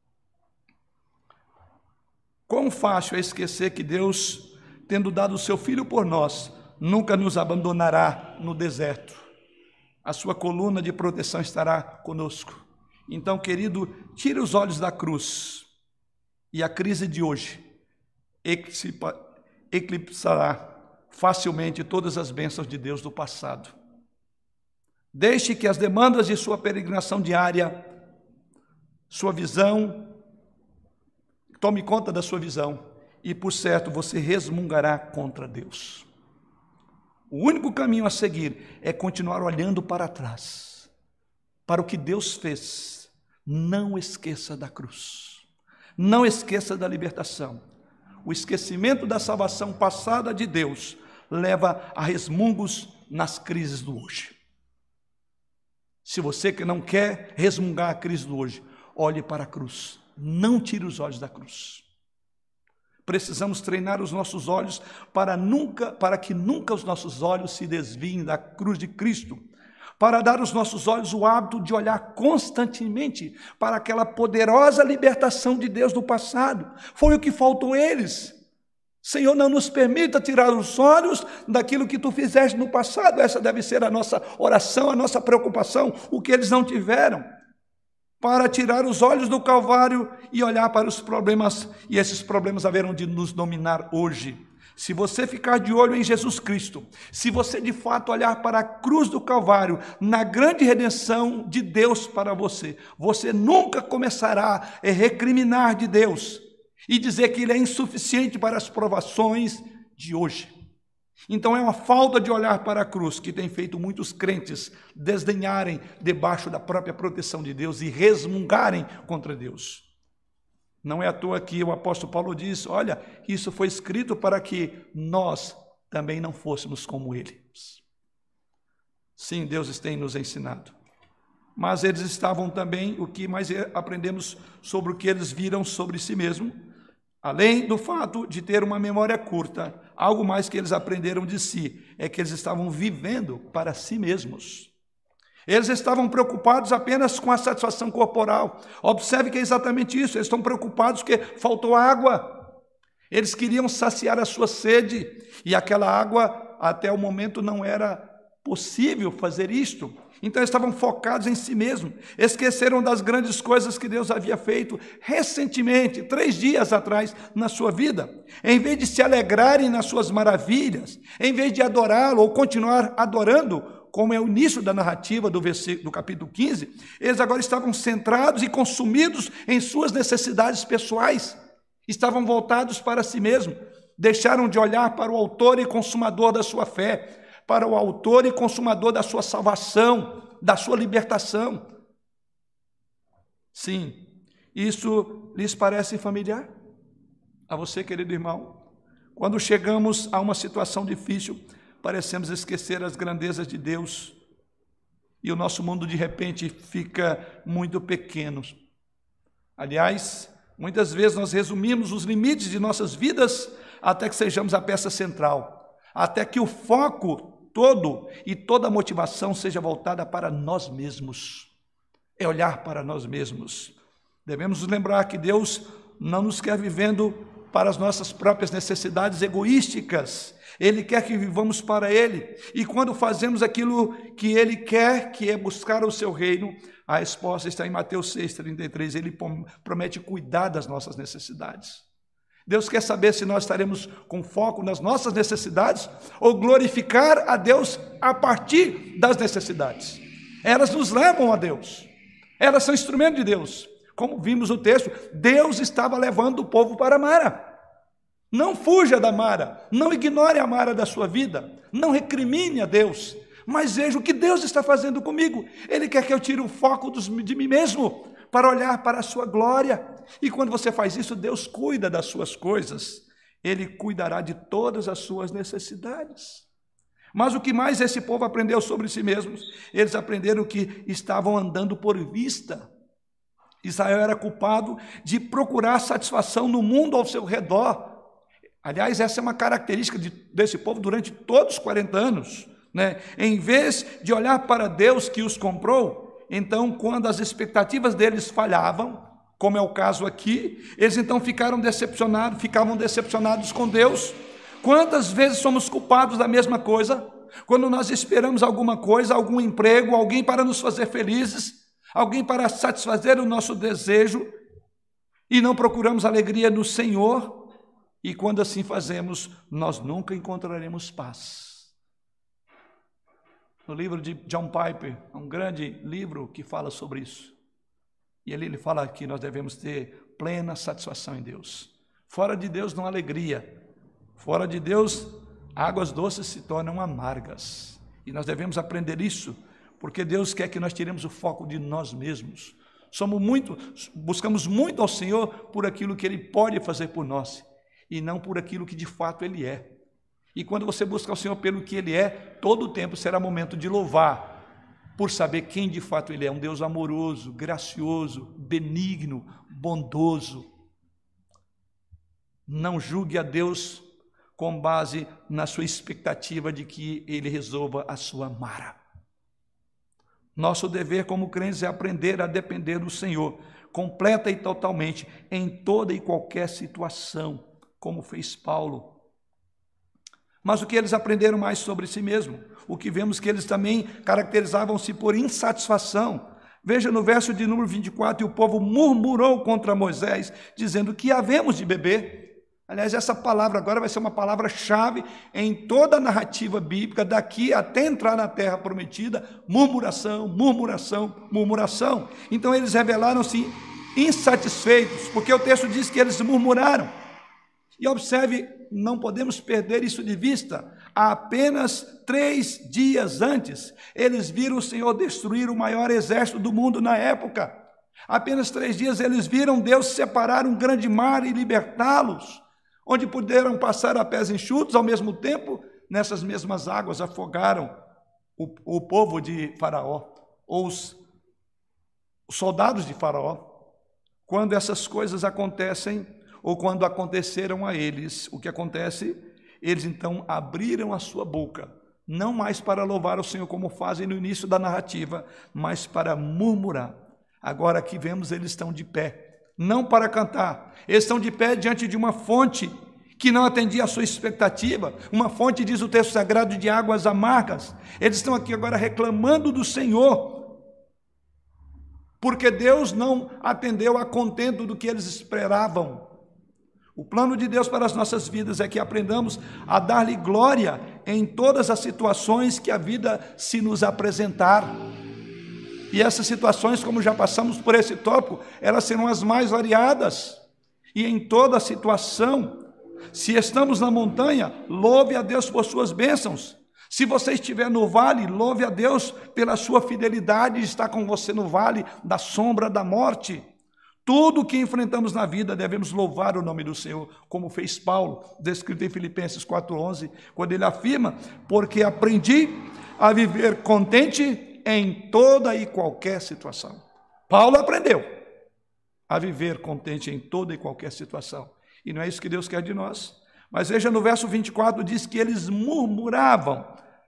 Quão fácil é esquecer que Deus, tendo dado o seu Filho por nós, nunca nos abandonará no deserto. A sua coluna de proteção estará conosco. Então, querido, tire os olhos da cruz, e a crise de hoje eclipsará facilmente todas as bênçãos de Deus do passado. Deixe que as demandas de sua peregrinação diária, sua visão, tome conta da sua visão, e por certo você resmungará contra Deus. O único caminho a seguir é continuar olhando para trás, para o que Deus fez. Não esqueça da cruz, não esqueça da libertação. O esquecimento da salvação passada de Deus leva a resmungos nas crises do hoje. Se você que não quer resmungar a crise do hoje, olhe para a cruz, não tire os olhos da cruz. Precisamos treinar os nossos olhos para, nunca, para que nunca os nossos olhos se desviem da cruz de Cristo, para dar aos nossos olhos o hábito de olhar constantemente para aquela poderosa libertação de Deus do passado. Foi o que faltou a eles. Senhor, não nos permita tirar os olhos daquilo que tu fizeste no passado. Essa deve ser a nossa oração, a nossa preocupação, o que eles não tiveram. Para tirar os olhos do Calvário e olhar para os problemas, e esses problemas haverão de nos dominar hoje. Se você ficar de olho em Jesus Cristo, se você de fato olhar para a cruz do Calvário, na grande redenção de Deus para você, você nunca começará a recriminar de Deus e dizer que Ele é insuficiente para as provações de hoje. Então é uma falta de olhar para a cruz que tem feito muitos crentes desdenharem debaixo da própria proteção de Deus e resmungarem contra Deus. Não é à toa que o apóstolo Paulo diz, olha, isso foi escrito para que nós também não fôssemos como ele. Sim, Deus tem nos ensinado. Mas eles estavam também, o que mais aprendemos sobre o que eles viram sobre si mesmos, além do fato de ter uma memória curta, algo mais que eles aprenderam de si, é que eles estavam vivendo para si mesmos. Eles estavam preocupados apenas com a satisfação corporal. Observe que é exatamente isso, eles estão preocupados porque faltou água. Eles queriam saciar a sua sede, e aquela água, até o momento, não era possível fazer isto. Então estavam focados em si mesmos, esqueceram das grandes coisas que Deus havia feito recentemente, três dias atrás, na sua vida. Em vez de se alegrarem nas suas maravilhas, em vez de adorá-lo ou continuar adorando, como é o início da narrativa do, versículo, do capítulo quinze, eles agora estavam centrados e consumidos em suas necessidades pessoais, estavam voltados para si mesmos, deixaram de olhar para o autor e consumador da sua fé, para o autor e consumador da sua salvação, da sua libertação. Sim, isso lhes parece familiar? A você, querido irmão? Quando chegamos a uma situação difícil, parecemos esquecer as grandezas de Deus e o nosso mundo de repente fica muito pequeno. Aliás, muitas vezes nós resumimos os limites de nossas vidas até que sejamos a peça central, até que o foco todo e toda a motivação seja voltada para nós mesmos. É olhar para nós mesmos. Devemos nos lembrar que Deus não nos quer vivendo para as nossas próprias necessidades egoísticas. Ele quer que vivamos para Ele. E quando fazemos aquilo que Ele quer, que é buscar o seu reino, a resposta está em Mateus seis, trinta e três. Ele promete cuidar das nossas necessidades. Deus quer saber se nós estaremos com foco nas nossas necessidades ou glorificar a Deus a partir das necessidades. Elas nos levam a Deus. Elas são instrumento de Deus. Como vimos no texto, Deus estava levando o povo para Mara. Não fuja da Mara, não ignore a Mara da sua vida, não recrimine a Deus, mas veja o que Deus está fazendo comigo. Ele quer que eu tire o foco dos, de mim mesmo, para olhar para a sua glória. E quando você faz isso, Deus cuida das suas coisas, Ele cuidará de todas as suas necessidades. Mas o que mais esse povo aprendeu sobre si mesmos? Eles aprenderam que estavam andando por vista. Israel era culpado de procurar satisfação no mundo ao seu redor. Aliás, essa é uma característica de, desse povo durante todos os quarenta anos, né? Em vez de olhar para Deus que os comprou, então quando as expectativas deles falhavam, como é o caso aqui, eles então ficaram decepcionados, ficavam decepcionados com Deus. Quantas vezes somos culpados da mesma coisa? Quando nós esperamos alguma coisa, algum emprego, alguém para nos fazer felizes, alguém para satisfazer o nosso desejo, e não procuramos alegria no Senhor, e quando assim fazemos, nós nunca encontraremos paz. No livro de John Piper, um grande livro que fala sobre isso, e ele, ele fala que nós devemos ter plena satisfação em Deus. Fora de Deus não há alegria. Fora de Deus, águas doces se tornam amargas. E nós devemos aprender isso, porque Deus quer que nós tiremos o foco de nós mesmos. Somos muito, buscamos muito ao Senhor por aquilo que Ele pode fazer por nós, e não por aquilo que de fato Ele é. E quando você busca ao Senhor pelo que Ele é, todo o tempo será momento de louvar, por saber quem de fato Ele é, um Deus amoroso, gracioso, benigno, bondoso. Não julgue a Deus com base na sua expectativa de que Ele resolva a sua mara. Nosso dever como crentes é aprender a depender do Senhor, completa e totalmente, em toda e qualquer situação, como fez Paulo. Mas o que eles aprenderam mais sobre si mesmo? O que vemos que eles também caracterizavam-se por insatisfação. Veja no verso de número vinte e quatro, e o povo murmurou contra Moisés, dizendo que havemos de beber. Aliás, essa palavra agora vai ser uma palavra-chave em toda a narrativa bíblica, daqui até entrar na terra prometida, murmuração, murmuração, murmuração. Então eles revelaram-se insatisfeitos, porque o texto diz que eles murmuraram. E observe, não podemos perder isso de vista. Há apenas três dias antes, eles viram o Senhor destruir o maior exército do mundo na época. Apenas três dias eles viram Deus separar um grande mar e libertá-los, onde puderam passar a pés enxutos, ao mesmo tempo, nessas mesmas águas afogaram o, o povo de Faraó, ou os, os soldados de Faraó. Quando essas coisas acontecem, ou quando aconteceram a eles, o que acontece? Eles então abriram a sua boca, não mais para louvar o Senhor como fazem no início da narrativa, mas para murmurar. Agora aqui vemos, eles estão de pé, não para cantar, eles estão de pé diante de uma fonte que não atendia a sua expectativa, uma fonte, diz o texto sagrado, de águas amargas. Eles estão aqui agora reclamando do Senhor, porque Deus não atendeu a contento do que eles esperavam. O plano de Deus para as nossas vidas é que aprendamos a dar-lhe glória em todas as situações que a vida se nos apresentar. E essas situações, como já passamos por esse tópico, elas serão as mais variadas. E em toda a situação, se estamos na montanha, louve a Deus por suas bênçãos. Se você estiver no vale, louve a Deus pela sua fidelidade de estar com você no vale da sombra da morte. Tudo o que enfrentamos na vida devemos louvar o nome do Senhor, como fez Paulo, descrito em Filipenses quatro, onze, quando ele afirma: porque aprendi a viver contente em toda e qualquer situação. Paulo aprendeu a viver contente em toda e qualquer situação. E não é isso que Deus quer de nós. Mas veja no verso vinte e quatro, diz que eles murmuravam.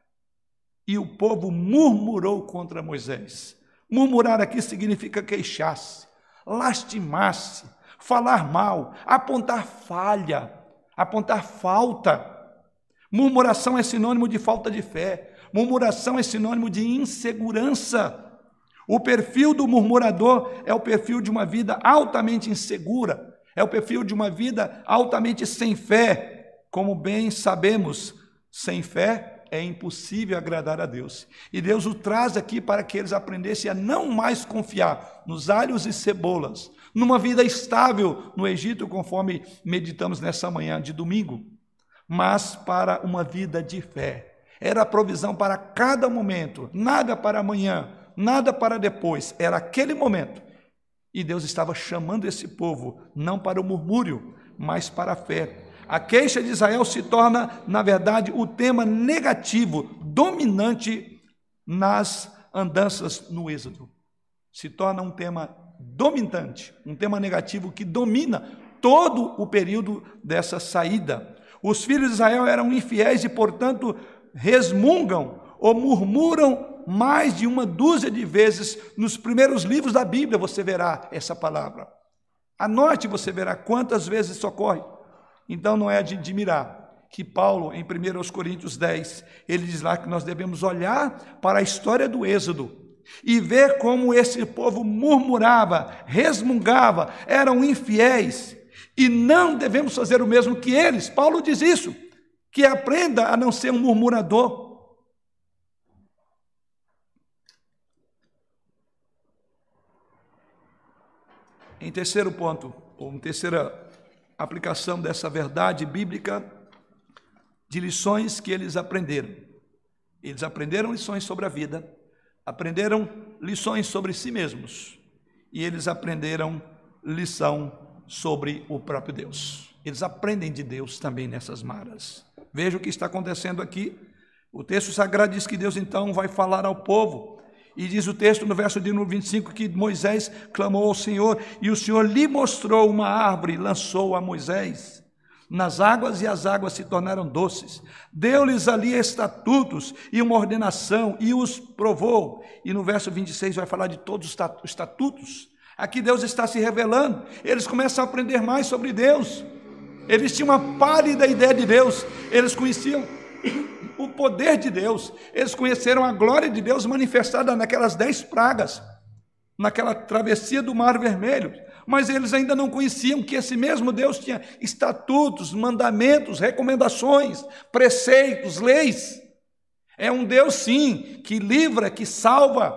E o povo murmurou contra Moisés. Murmurar aqui significa queixar-se, lastimar-se, falar mal, apontar falha, apontar falta. Murmuração é sinônimo de falta de fé. Murmuração é sinônimo de insegurança. O perfil do murmurador é o perfil de uma vida altamente insegura, é o perfil de uma vida altamente sem fé. Como bem sabemos, sem fé é impossível agradar a Deus. E Deus o traz aqui para que eles aprendessem a não mais confiar nos alhos e cebolas, numa vida estável no Egito, conforme meditamos nessa manhã de domingo, mas para uma vida de fé. Era a provisão para cada momento, nada para amanhã, nada para depois, era aquele momento. E Deus estava chamando esse povo, não para o murmúrio, mas para a fé. A queixa de Israel se torna, na verdade, o tema negativo, dominante nas andanças no Êxodo. Se torna um tema dominante, um tema negativo que domina todo o período dessa saída. Os filhos de Israel eram infiéis e, portanto, resmungam ou murmuram mais de uma dúzia de vezes. Nos primeiros livros da Bíblia você verá essa palavra. Anote, você verá quantas vezes isso ocorre. Então não é de admirar que Paulo, em primeira Coríntios dez, ele diz lá que nós devemos olhar para a história do Êxodo e ver como esse povo murmurava, resmungava, eram infiéis, e não devemos fazer o mesmo que eles. Paulo diz isso, que aprenda a não ser um murmurador. Em terceiro ponto, ou em terceira aplicação dessa verdade bíblica, de lições que eles aprenderam. Eles aprenderam lições sobre a vida, aprenderam lições sobre si mesmos, e eles aprenderam lição sobre o próprio Deus. Eles aprendem de Deus também nessas maras. Veja o que está acontecendo aqui. O texto sagrado diz que Deus então vai falar ao povo, e diz o texto no verso de número vinte e cinco que Moisés clamou ao Senhor, e o Senhor lhe mostrou uma árvore, lançou a Moisés. nas águas e as águas se tornaram doces. Deu-lhes ali estatutos e uma ordenação e os provou. E no verso vinte e seis vai falar de todos os estatutos. Aqui Deus está se revelando. Eles começam a aprender mais sobre Deus. Eles tinham uma pálida ideia de Deus. Eles conheciam o poder de Deus. Eles conheceram a glória de Deus manifestada naquelas dez pragas, naquela travessia do Mar Vermelho. Mas eles ainda não conheciam que esse mesmo Deus tinha estatutos, mandamentos, recomendações, preceitos, leis. É um Deus, sim, que livra, que salva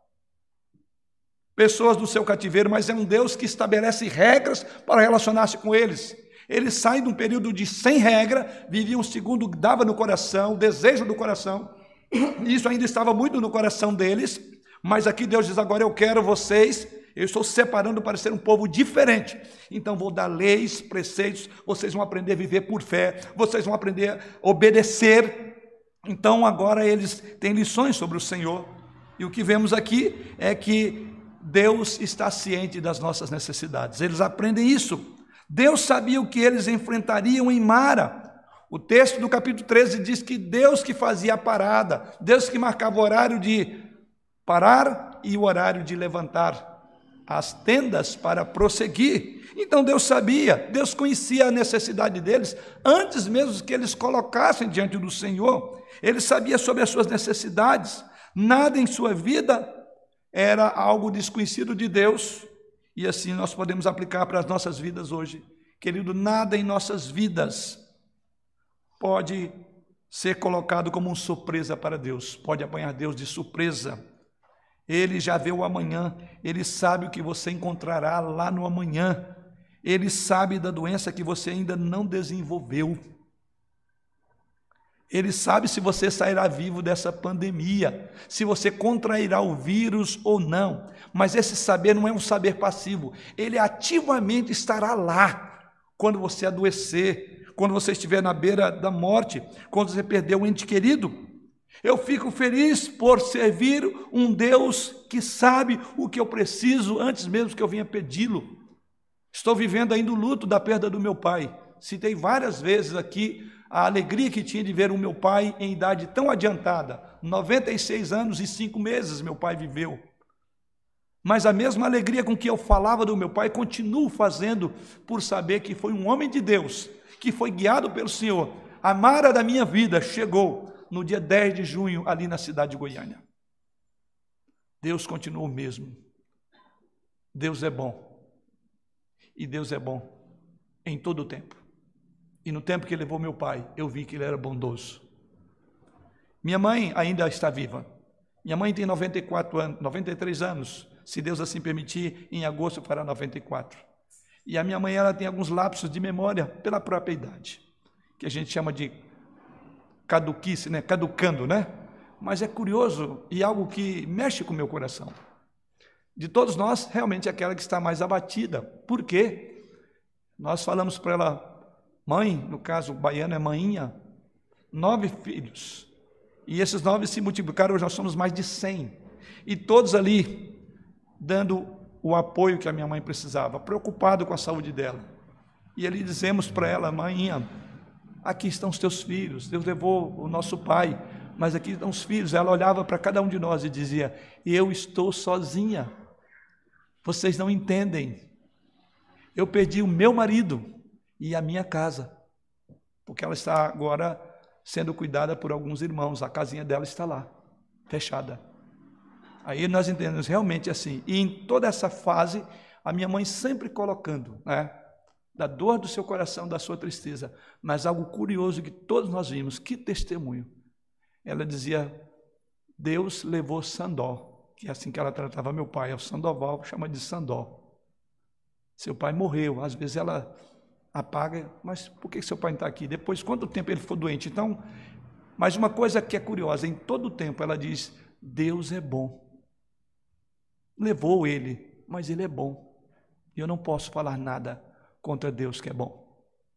pessoas do seu cativeiro, mas é um Deus que estabelece regras para relacionar-se com eles. Eles saem de um período de sem regra, viviam segundo dava no coração, o desejo do coração. Isso ainda estava muito no coração deles, mas aqui Deus diz: agora eu quero vocês, eu estou separando para ser um povo diferente. Então vou dar leis, preceitos, vocês vão aprender a viver por fé, vocês vão aprender a obedecer. Então agora eles têm lições sobre o Senhor. E o que vemos aqui é que Deus está ciente das nossas necessidades. Eles aprendem isso. Deus sabia o que eles enfrentariam em Mara. O texto do capítulo treze diz que Deus que fazia a parada, Deus que marcava o horário de parar e o horário de levantar as tendas para prosseguir. Então Deus sabia, Deus conhecia a necessidade deles, antes mesmo que eles colocassem diante do Senhor. Ele sabia sobre as suas necessidades. Nada em sua vida era algo desconhecido de Deus. E assim nós podemos aplicar para as nossas vidas hoje. Querido, nada em nossas vidas pode ser colocado como uma surpresa para Deus, pode apanhar Deus de surpresa. Ele já vê o amanhã, Ele sabe o que você encontrará lá no amanhã, Ele sabe da doença que você ainda não desenvolveu, Ele sabe se você sairá vivo dessa pandemia, se você contrairá o vírus ou não. Mas esse saber não é um saber passivo, Ele ativamente estará lá quando você adoecer, quando você estiver na beira da morte, quando você perder um ente querido. Eu fico feliz por servir um Deus que sabe o que eu preciso antes mesmo que eu venha pedi-lo. Estou vivendo ainda o luto da perda do meu pai. Citei várias vezes aqui a alegria que tinha de ver o meu pai em idade tão adiantada. noventa e seis anos e cinco meses meu pai viveu. Mas a mesma alegria com que eu falava do meu pai, continuo fazendo por saber que foi um homem de Deus, que foi guiado pelo Senhor. A Mara da minha vida chegou no dia dez de junho, ali na cidade de Goiânia. Deus continua o mesmo. Deus é bom. E Deus é bom em todo o tempo. E no tempo que levou meu pai, eu vi que ele era bondoso. Minha mãe ainda está viva. Minha mãe tem noventa e quatro anos, noventa e três anos, se Deus assim permitir, em agosto fará noventa e quatro. E a minha mãe, ela tem alguns lapsos de memória pela própria idade, que a gente chama de caduquice, né? Caducando, né? Mas é curioso e algo que mexe com o meu coração. De todos nós, realmente é aquela que está mais abatida. Por quê? Nós falamos para ela, mãe, no caso, baiano é mainha, nove filhos. E esses nove se multiplicaram, hoje nós somos mais de cem. E todos ali dando o apoio que a minha mãe precisava, preocupado com a saúde dela. E ali dizemos para ela, mainha, aqui estão os teus filhos, Deus levou o nosso pai, mas aqui estão os filhos. Ela olhava para cada um de nós e dizia, eu estou sozinha, vocês não entendem, eu perdi o meu marido e a minha casa, porque ela está agora sendo cuidada por alguns irmãos, a casinha dela está lá, fechada. Aí nós entendemos realmente assim, e em toda essa fase, a minha mãe sempre colocando, né, da dor do seu coração, da sua tristeza, mas algo curioso que todos nós vimos, que testemunho. Ela dizia, Deus levou Sandó, que é assim que ela tratava meu pai, é o Sandoval, chama de Sandó. Seu pai morreu, às vezes ela apaga, mas por que seu pai não está aqui? Depois, quanto tempo ele ficou doente? Então, mas uma coisa que é curiosa, em todo o tempo ela diz, Deus é bom. Levou ele, mas ele é bom. E eu não posso falar nada contra Deus que é bom.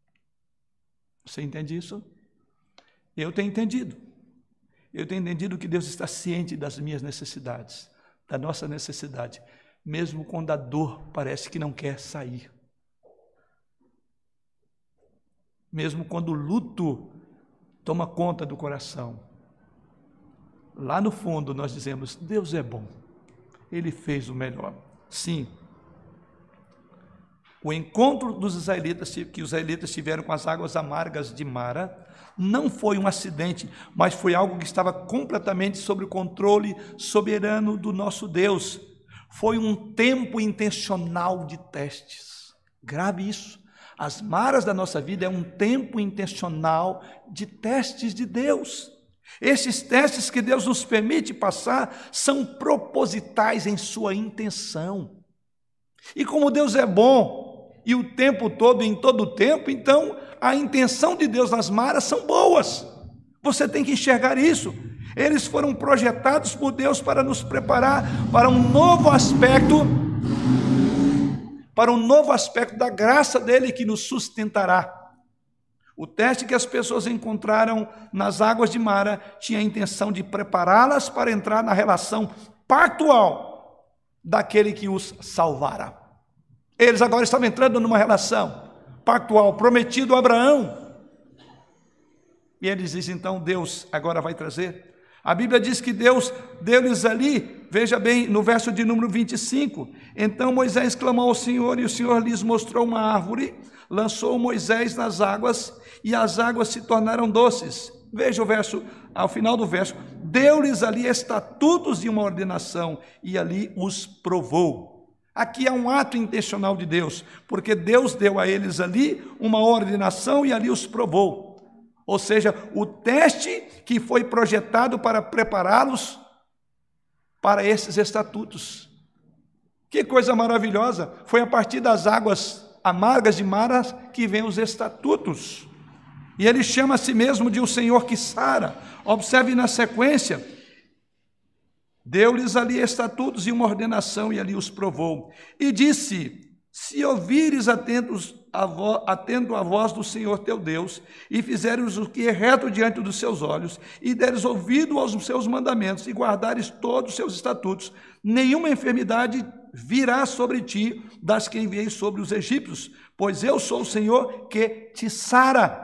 Você entende isso? Eu tenho entendido. Eu tenho entendido que Deus está ciente das minhas necessidades, da nossa necessidade, mesmo quando a dor parece que não quer sair. mesmo quando o luto toma conta do coração. Lá no fundo nós dizemos, Deus é bom, Ele fez o melhor. Sim, o encontro dos israelitas, que os israelitas tiveram com as águas amargas de Mara, não foi um acidente, mas foi algo que estava completamente sob o controle soberano do nosso Deus. Foi um tempo intencional de testes. Grave isso. As maras da nossa vida é um tempo intencional de testes de Deus. Esses testes que Deus nos permite passar são propositais em sua intenção. E como Deus é bom, e o tempo todo, em todo o tempo, então a intenção de Deus nas maras são boas. Você tem que enxergar isso. Eles foram projetados por Deus para nos preparar para um novo aspecto, para um novo aspecto da graça dele que nos sustentará. O teste que as pessoas encontraram nas águas de Mara tinha a intenção de prepará-las para entrar na relação pactual daquele que os salvara. Eles agora estavam entrando numa relação pactual, prometido a Abraão. E eles dizem, então, Deus agora vai trazer. A Bíblia diz que Deus deu-lhes ali, veja bem, no verso de número vinte e cinco, então Moisés clamou ao Senhor, e o Senhor lhes mostrou uma árvore, lançou Moisés nas águas, e as águas se tornaram doces. Veja o verso, ao final do verso, deu-lhes ali estatutos e uma ordenação, e ali os provou. Aqui é um ato intencional de Deus, porque Deus deu a eles ali uma ordenação e ali os provou. Ou seja, o teste que foi projetado para prepará-los para esses estatutos. Que coisa maravilhosa! Foi a partir das águas amargas de Mara que vem os estatutos. E ele chama a si mesmo de o Senhor que sara. Observe na sequência, deu-lhes ali estatutos e uma ordenação, e ali os provou. E disse, se ouvires atentos a vo, atento à voz do Senhor teu Deus, e fizeres o que é reto diante dos seus olhos, e deres ouvido aos seus mandamentos, e guardares todos os seus estatutos, nenhuma enfermidade virá sobre ti das que enviei sobre os egípcios, pois eu sou o Senhor que te sara.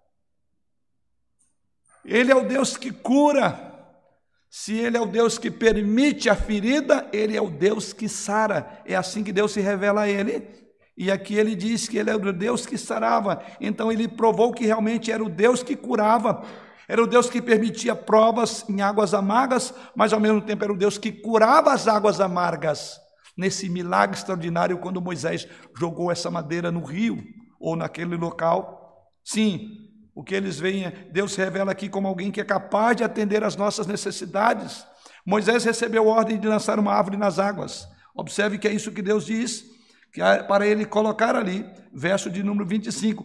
Ele é o Deus que cura. Se Ele é o Deus que permite a ferida, Ele é o Deus que sara. É assim que Deus se revela a Ele. E aqui Ele diz que Ele é o Deus que sarava. Então Ele provou que realmente era o Deus que curava. Era o Deus que permitia provas em águas amargas, mas ao mesmo tempo era o Deus que curava as águas amargas. Nesse milagre extraordinário, quando Moisés jogou essa madeira no rio, ou naquele local. Sim, o que eles veem, Deus se revela aqui como alguém que é capaz de atender às nossas necessidades. Moisés recebeu ordem de lançar uma árvore nas águas. Observe que é isso que Deus diz, que é para ele colocar ali, verso de número vinte e cinco.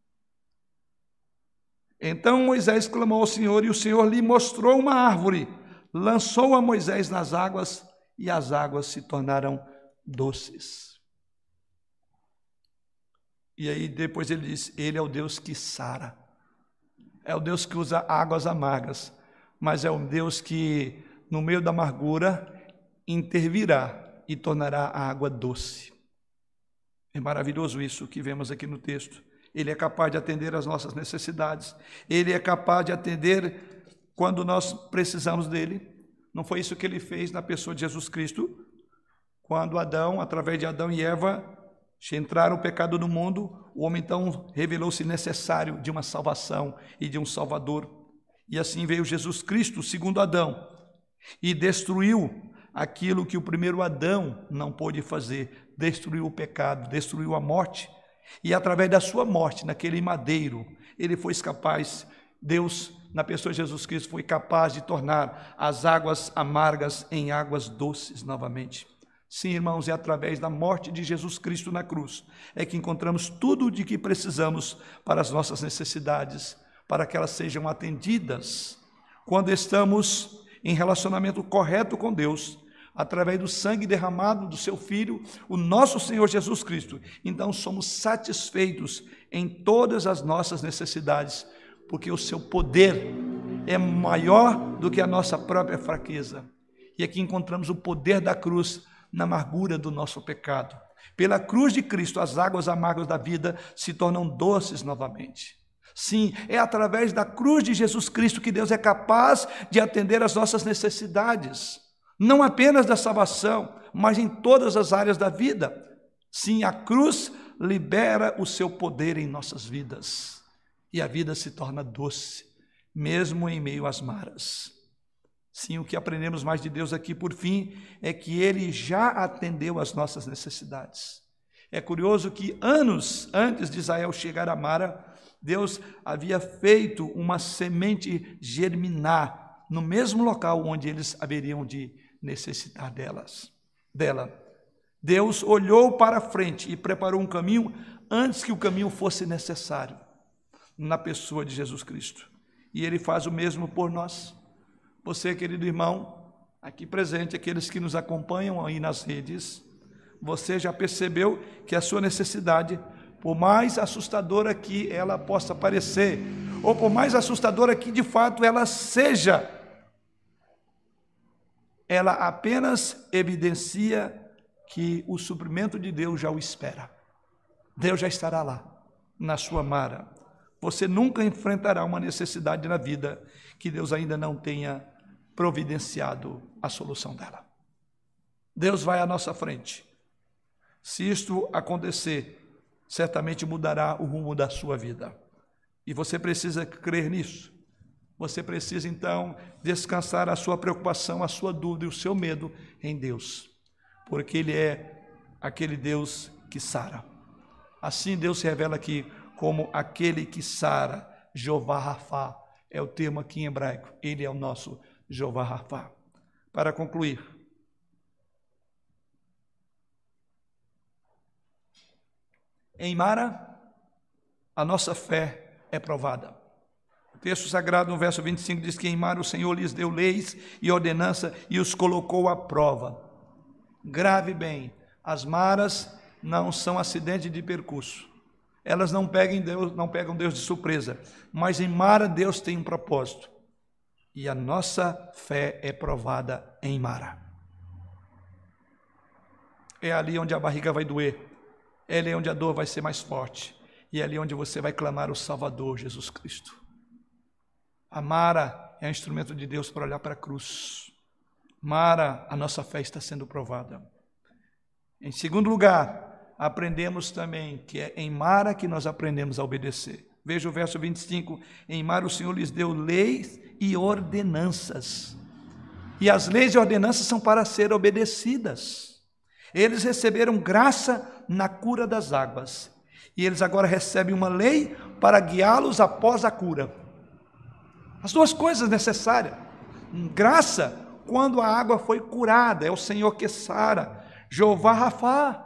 Então Moisés clamou ao Senhor, e o Senhor lhe mostrou uma árvore, lançou a Moisés nas águas, e as águas se tornaram doces. E aí depois ele diz, ele é o Deus que sara. É o Deus que usa águas amargas, mas é o Deus que, no meio da amargura, intervirá e tornará a água doce. É maravilhoso isso que vemos aqui no texto. Ele é capaz de atender às nossas necessidades. Ele é capaz de atender quando nós precisamos dele. Não foi isso que ele fez na pessoa de Jesus Cristo? Quando Adão, através de Adão e Eva, entraram o pecado no mundo, o homem então revelou-se necessário de uma salvação e de um Salvador. E assim veio Jesus Cristo, segundo Adão, e destruiu aquilo que o primeiro Adão não pôde fazer, destruiu o pecado, destruiu a morte. E através da sua morte, naquele madeiro, ele foi capaz, Deus, na pessoa de Jesus Cristo, foi capaz de tornar as águas amargas em águas doces novamente. Sim, irmãos, é através da morte de Jesus Cristo na cruz é que encontramos tudo de que precisamos para as nossas necessidades, para que elas sejam atendidas. Quando estamos em relacionamento correto com Deus, através do sangue derramado do seu Filho, o nosso Senhor Jesus Cristo, então somos satisfeitos em todas as nossas necessidades, porque o seu poder é maior do que a nossa própria fraqueza. E aqui encontramos o poder da cruz na amargura do nosso pecado. Pela cruz de Cristo, as águas amargas da vida se tornam doces novamente. Sim, é através da cruz de Jesus Cristo que Deus é capaz de atender às nossas necessidades, não apenas da salvação, mas em todas as áreas da vida. Sim, a cruz libera o seu poder em nossas vidas, e a vida se torna doce, mesmo em meio às maras. Sim, o que aprendemos mais de Deus aqui, por fim, é que Ele já atendeu às nossas necessidades. É curioso que anos antes de Israel chegar a Mara, Deus havia feito uma semente germinar no mesmo local onde eles haveriam de necessitar delas, dela. Deus olhou para frente e preparou um caminho antes que o caminho fosse necessário, na pessoa de Jesus Cristo. E Ele faz o mesmo por nós. Você, querido irmão, aqui presente, aqueles que nos acompanham aí nas redes, você já percebeu que a sua necessidade, por mais assustadora que ela possa parecer, ou por mais assustadora que de fato ela seja, ela apenas evidencia que o suprimento de Deus já o espera. Deus já estará lá, na sua mara. Você nunca enfrentará uma necessidade na vida que Deus ainda não tenha providenciado a solução dela. Deus vai à nossa frente. Se isto acontecer, certamente mudará o rumo da sua vida. E você precisa crer nisso. Você precisa, então, descansar a sua preocupação, a sua dúvida e o seu medo em Deus, porque Ele é aquele Deus que sara. Assim, Deus se revela aqui como aquele que sara. Jeová Rafá é o termo aqui em hebraico. Ele é o nosso Jeová Rafá. Para concluir, em Mara, a nossa fé é provada. O texto sagrado, no verso vinte e cinco, diz que em Mara o Senhor lhes deu leis e ordenança e os colocou à prova. Grave bem, as maras não são acidente de percurso. Elas não pegam Deus, não pegam Deus de surpresa. Mas em Mara Deus tem um propósito. E a nossa fé é provada em Mara. É ali onde a barriga vai doer. É ali onde a dor vai ser mais forte. E é ali onde você vai clamar o Salvador, Jesus Cristo. A Mara é um instrumento de Deus para olhar para a cruz. Mara, a nossa fé está sendo provada. Em segundo lugar, aprendemos também que é em Mara que nós aprendemos a obedecer. Veja o verso vinte e cinco. Em Mara o Senhor lhes deu leis e ordenanças. E as leis e ordenanças são para ser obedecidas. Eles receberam graça na cura das águas. E eles agora recebem uma lei para guiá-los após a cura. As duas coisas necessárias. Graça, quando a água foi curada, é o Senhor que sara, Jeová Rafá.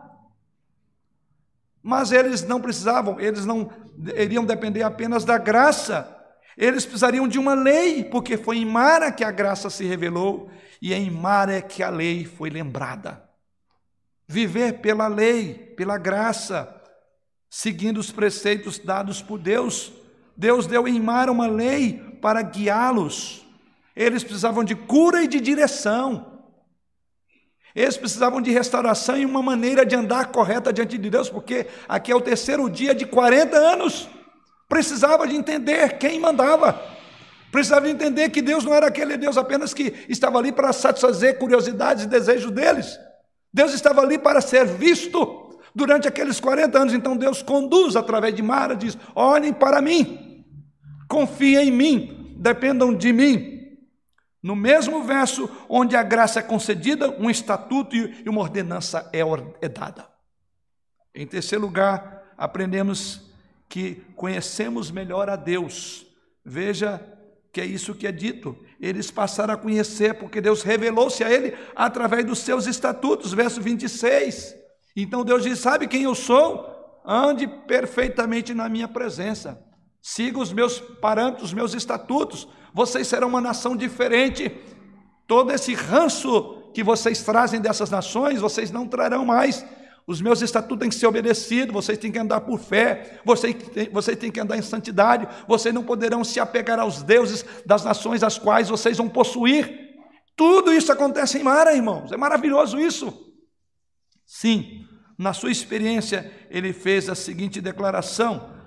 Mas eles não precisavam, eles não iriam depender apenas da graça. Eles precisariam de uma lei, porque foi em Mara que a graça se revelou, e em Mara é que a lei foi lembrada. Viver pela lei, pela graça, seguindo os preceitos dados por Deus. Deus deu em Mara uma lei para guiá-los. Eles precisavam de cura e de direção. Eles precisavam de restauração e uma maneira de andar correta diante de Deus, porque aqui é o terceiro dia de quarenta anos. Precisava de entender quem mandava. Precisava de entender que Deus não era aquele Deus apenas que estava ali para satisfazer curiosidades e desejos deles. Deus estava ali para ser visto durante aqueles quarenta anos. Então Deus conduz através de Mara, diz: olhem para mim, confiem em mim, dependam de mim. No mesmo verso onde a graça é concedida, um estatuto e uma ordenança é dada. Em terceiro lugar, aprendemos que conhecemos melhor a Deus. Veja que é isso que é dito. Eles passaram a conhecer, porque Deus revelou-se a ele através dos seus estatutos, verso vinte e seis. Então Deus diz: sabe quem eu sou? Ande perfeitamente na minha presença. Siga os meus parâmetros, os meus estatutos. Vocês serão uma nação diferente. Todo esse ranço que vocês trazem dessas nações, vocês não trarão mais. Os meus estatutos têm que ser obedecidos, vocês têm que andar por fé, vocês têm, vocês têm que andar em santidade, vocês não poderão se apegar aos deuses das nações as quais vocês vão possuir. Tudo isso acontece em Mara, irmãos, é maravilhoso isso. Sim, na sua experiência, ele fez a seguinte declaração,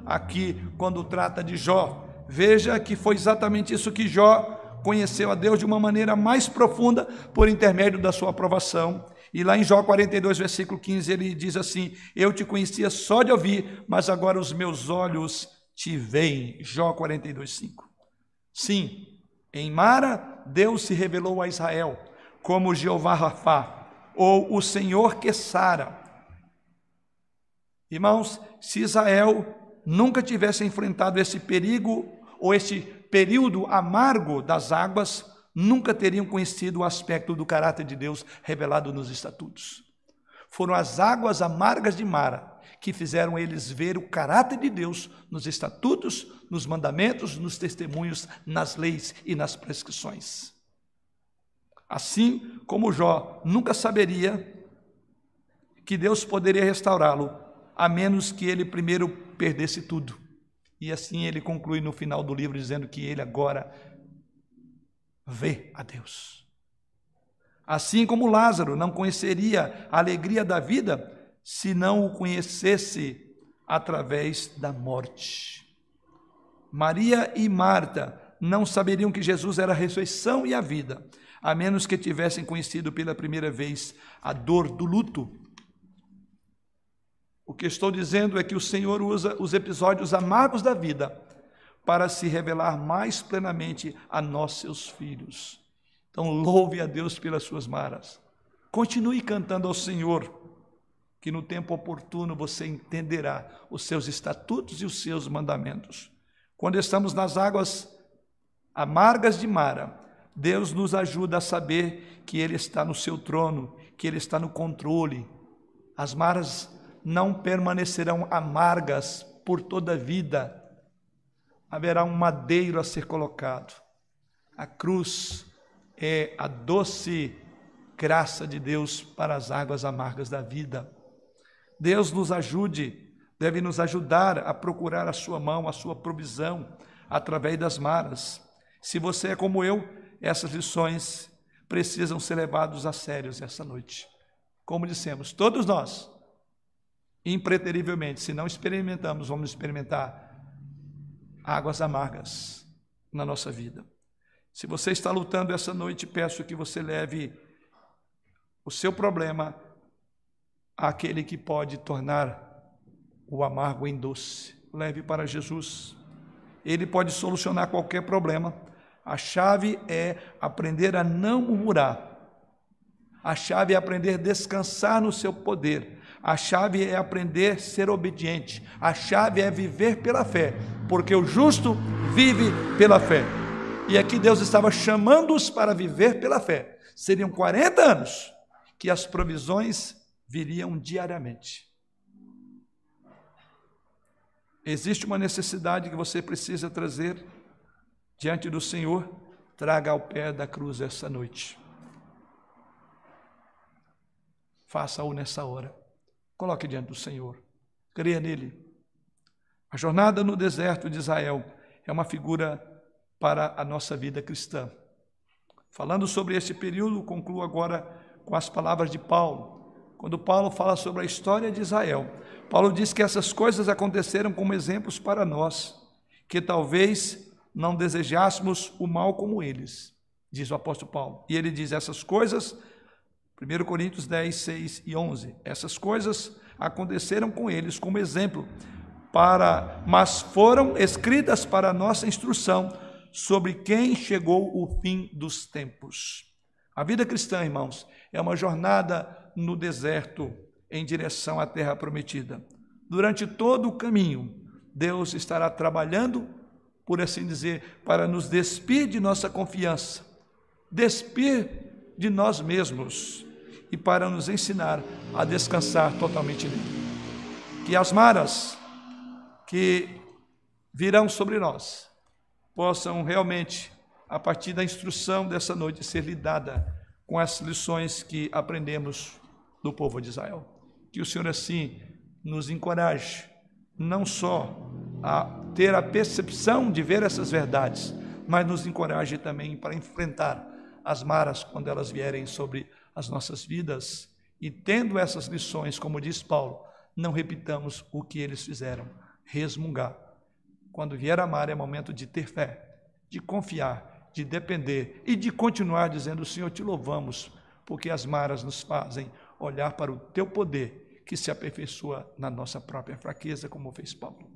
aqui quando trata de Jó. Veja que foi exatamente isso que Jó conheceu a Deus de uma maneira mais profunda por intermédio da sua aprovação. E lá em Jó quarenta e dois, versículo quinze, ele diz assim: eu te conhecia só de ouvir, mas agora os meus olhos te veem. Jó quarenta e dois, cinco. Sim, em Mara, Deus se revelou a Israel como Jeová Rafá, ou o Senhor que sara. Irmãos, se Israel nunca tivesse enfrentado esse perigo ou esse período amargo das águas, nunca teriam conhecido o aspecto do caráter de Deus revelado nos estatutos. Foram as águas amargas de Mara que fizeram eles ver o caráter de Deus nos estatutos, nos mandamentos, nos testemunhos, nas leis e nas prescrições. Assim como Jó nunca saberia que Deus poderia restaurá-lo, a menos que ele primeiro perdesse tudo. E assim ele conclui no final do livro dizendo que ele agora vê a Deus. Assim como Lázaro não conheceria a alegria da vida se não o conhecesse através da morte. Maria e Marta não saberiam que Jesus era a ressurreição e a vida, a menos que tivessem conhecido pela primeira vez a dor do luto. O que estou dizendo é que o Senhor usa os episódios amargos da vida para se revelar mais plenamente a nós, seus filhos. Então, louve a Deus pelas suas maras. Continue cantando ao Senhor, que no tempo oportuno você entenderá os seus estatutos e os seus mandamentos. Quando estamos nas águas amargas de Mara, Deus nos ajuda a saber que Ele está no seu trono, que Ele está no controle. As maras não permanecerão amargas por toda a vida. Haverá um madeiro a ser colocado. A cruz é a doce graça de Deus para as águas amargas da vida. Deus nos ajude, deve nos ajudar a procurar a sua mão, a sua provisão, através das maras. Se você é como eu, essas lições precisam ser levadas a sério essa noite. Como dissemos, todos nós, impreterivelmente, se não experimentamos, vamos experimentar águas amargas na nossa vida. Se você está lutando essa noite, peço que você leve o seu problema àquele que pode tornar o amargo em doce. Leve para Jesus. Ele pode solucionar qualquer problema. A chave é aprender a não murmurar. A chave é aprender a descansar no seu poder. A chave é aprender a ser obediente. A chave é viver pela fé, porque o justo vive pela fé. E aqui Deus estava chamando-os para viver pela fé. Seriam quarenta anos que as provisões viriam diariamente. Existe uma necessidade que você precisa trazer diante do Senhor, traga ao pé da cruz essa noite. Faça-o nessa hora. Coloque diante do Senhor. Creia nele. A jornada no deserto de Israel é uma figura para a nossa vida cristã. Falando sobre este período, concluo agora com as palavras de Paulo. Quando Paulo fala sobre a história de Israel, Paulo diz que essas coisas aconteceram como exemplos para nós, que talvez não desejássemos o mal como eles, diz o apóstolo Paulo. E ele diz essas coisas, primeiro Coríntios dez, seis e onze, essas coisas aconteceram com eles como exemplo, para, mas foram escritas para a nossa instrução, sobre quem chegou o fim dos tempos. A vida cristã, irmãos, é uma jornada no deserto em direção à terra prometida. Durante todo o caminho, Deus estará trabalhando, por assim dizer, para nos despir de nossa confiança, despir de nós mesmos e para nos ensinar a descansar totalmente nele. Que as maras que virão sobre nós possam realmente, a partir da instrução dessa noite, ser lidada com as lições que aprendemos do povo de Israel. Que o Senhor assim nos encoraje, não só a ter a percepção de ver essas verdades, mas nos encoraje também para enfrentar as maras quando elas vierem sobre as nossas vidas. E tendo essas lições, como diz Paulo, não repitamos o que eles fizeram. resmungar. Quando vier a mar, é momento de ter fé, de confiar, de depender e de continuar dizendo: Senhor, te louvamos, porque as maras nos fazem olhar para o teu poder, que se aperfeiçoa na nossa própria fraqueza, como fez Paulo.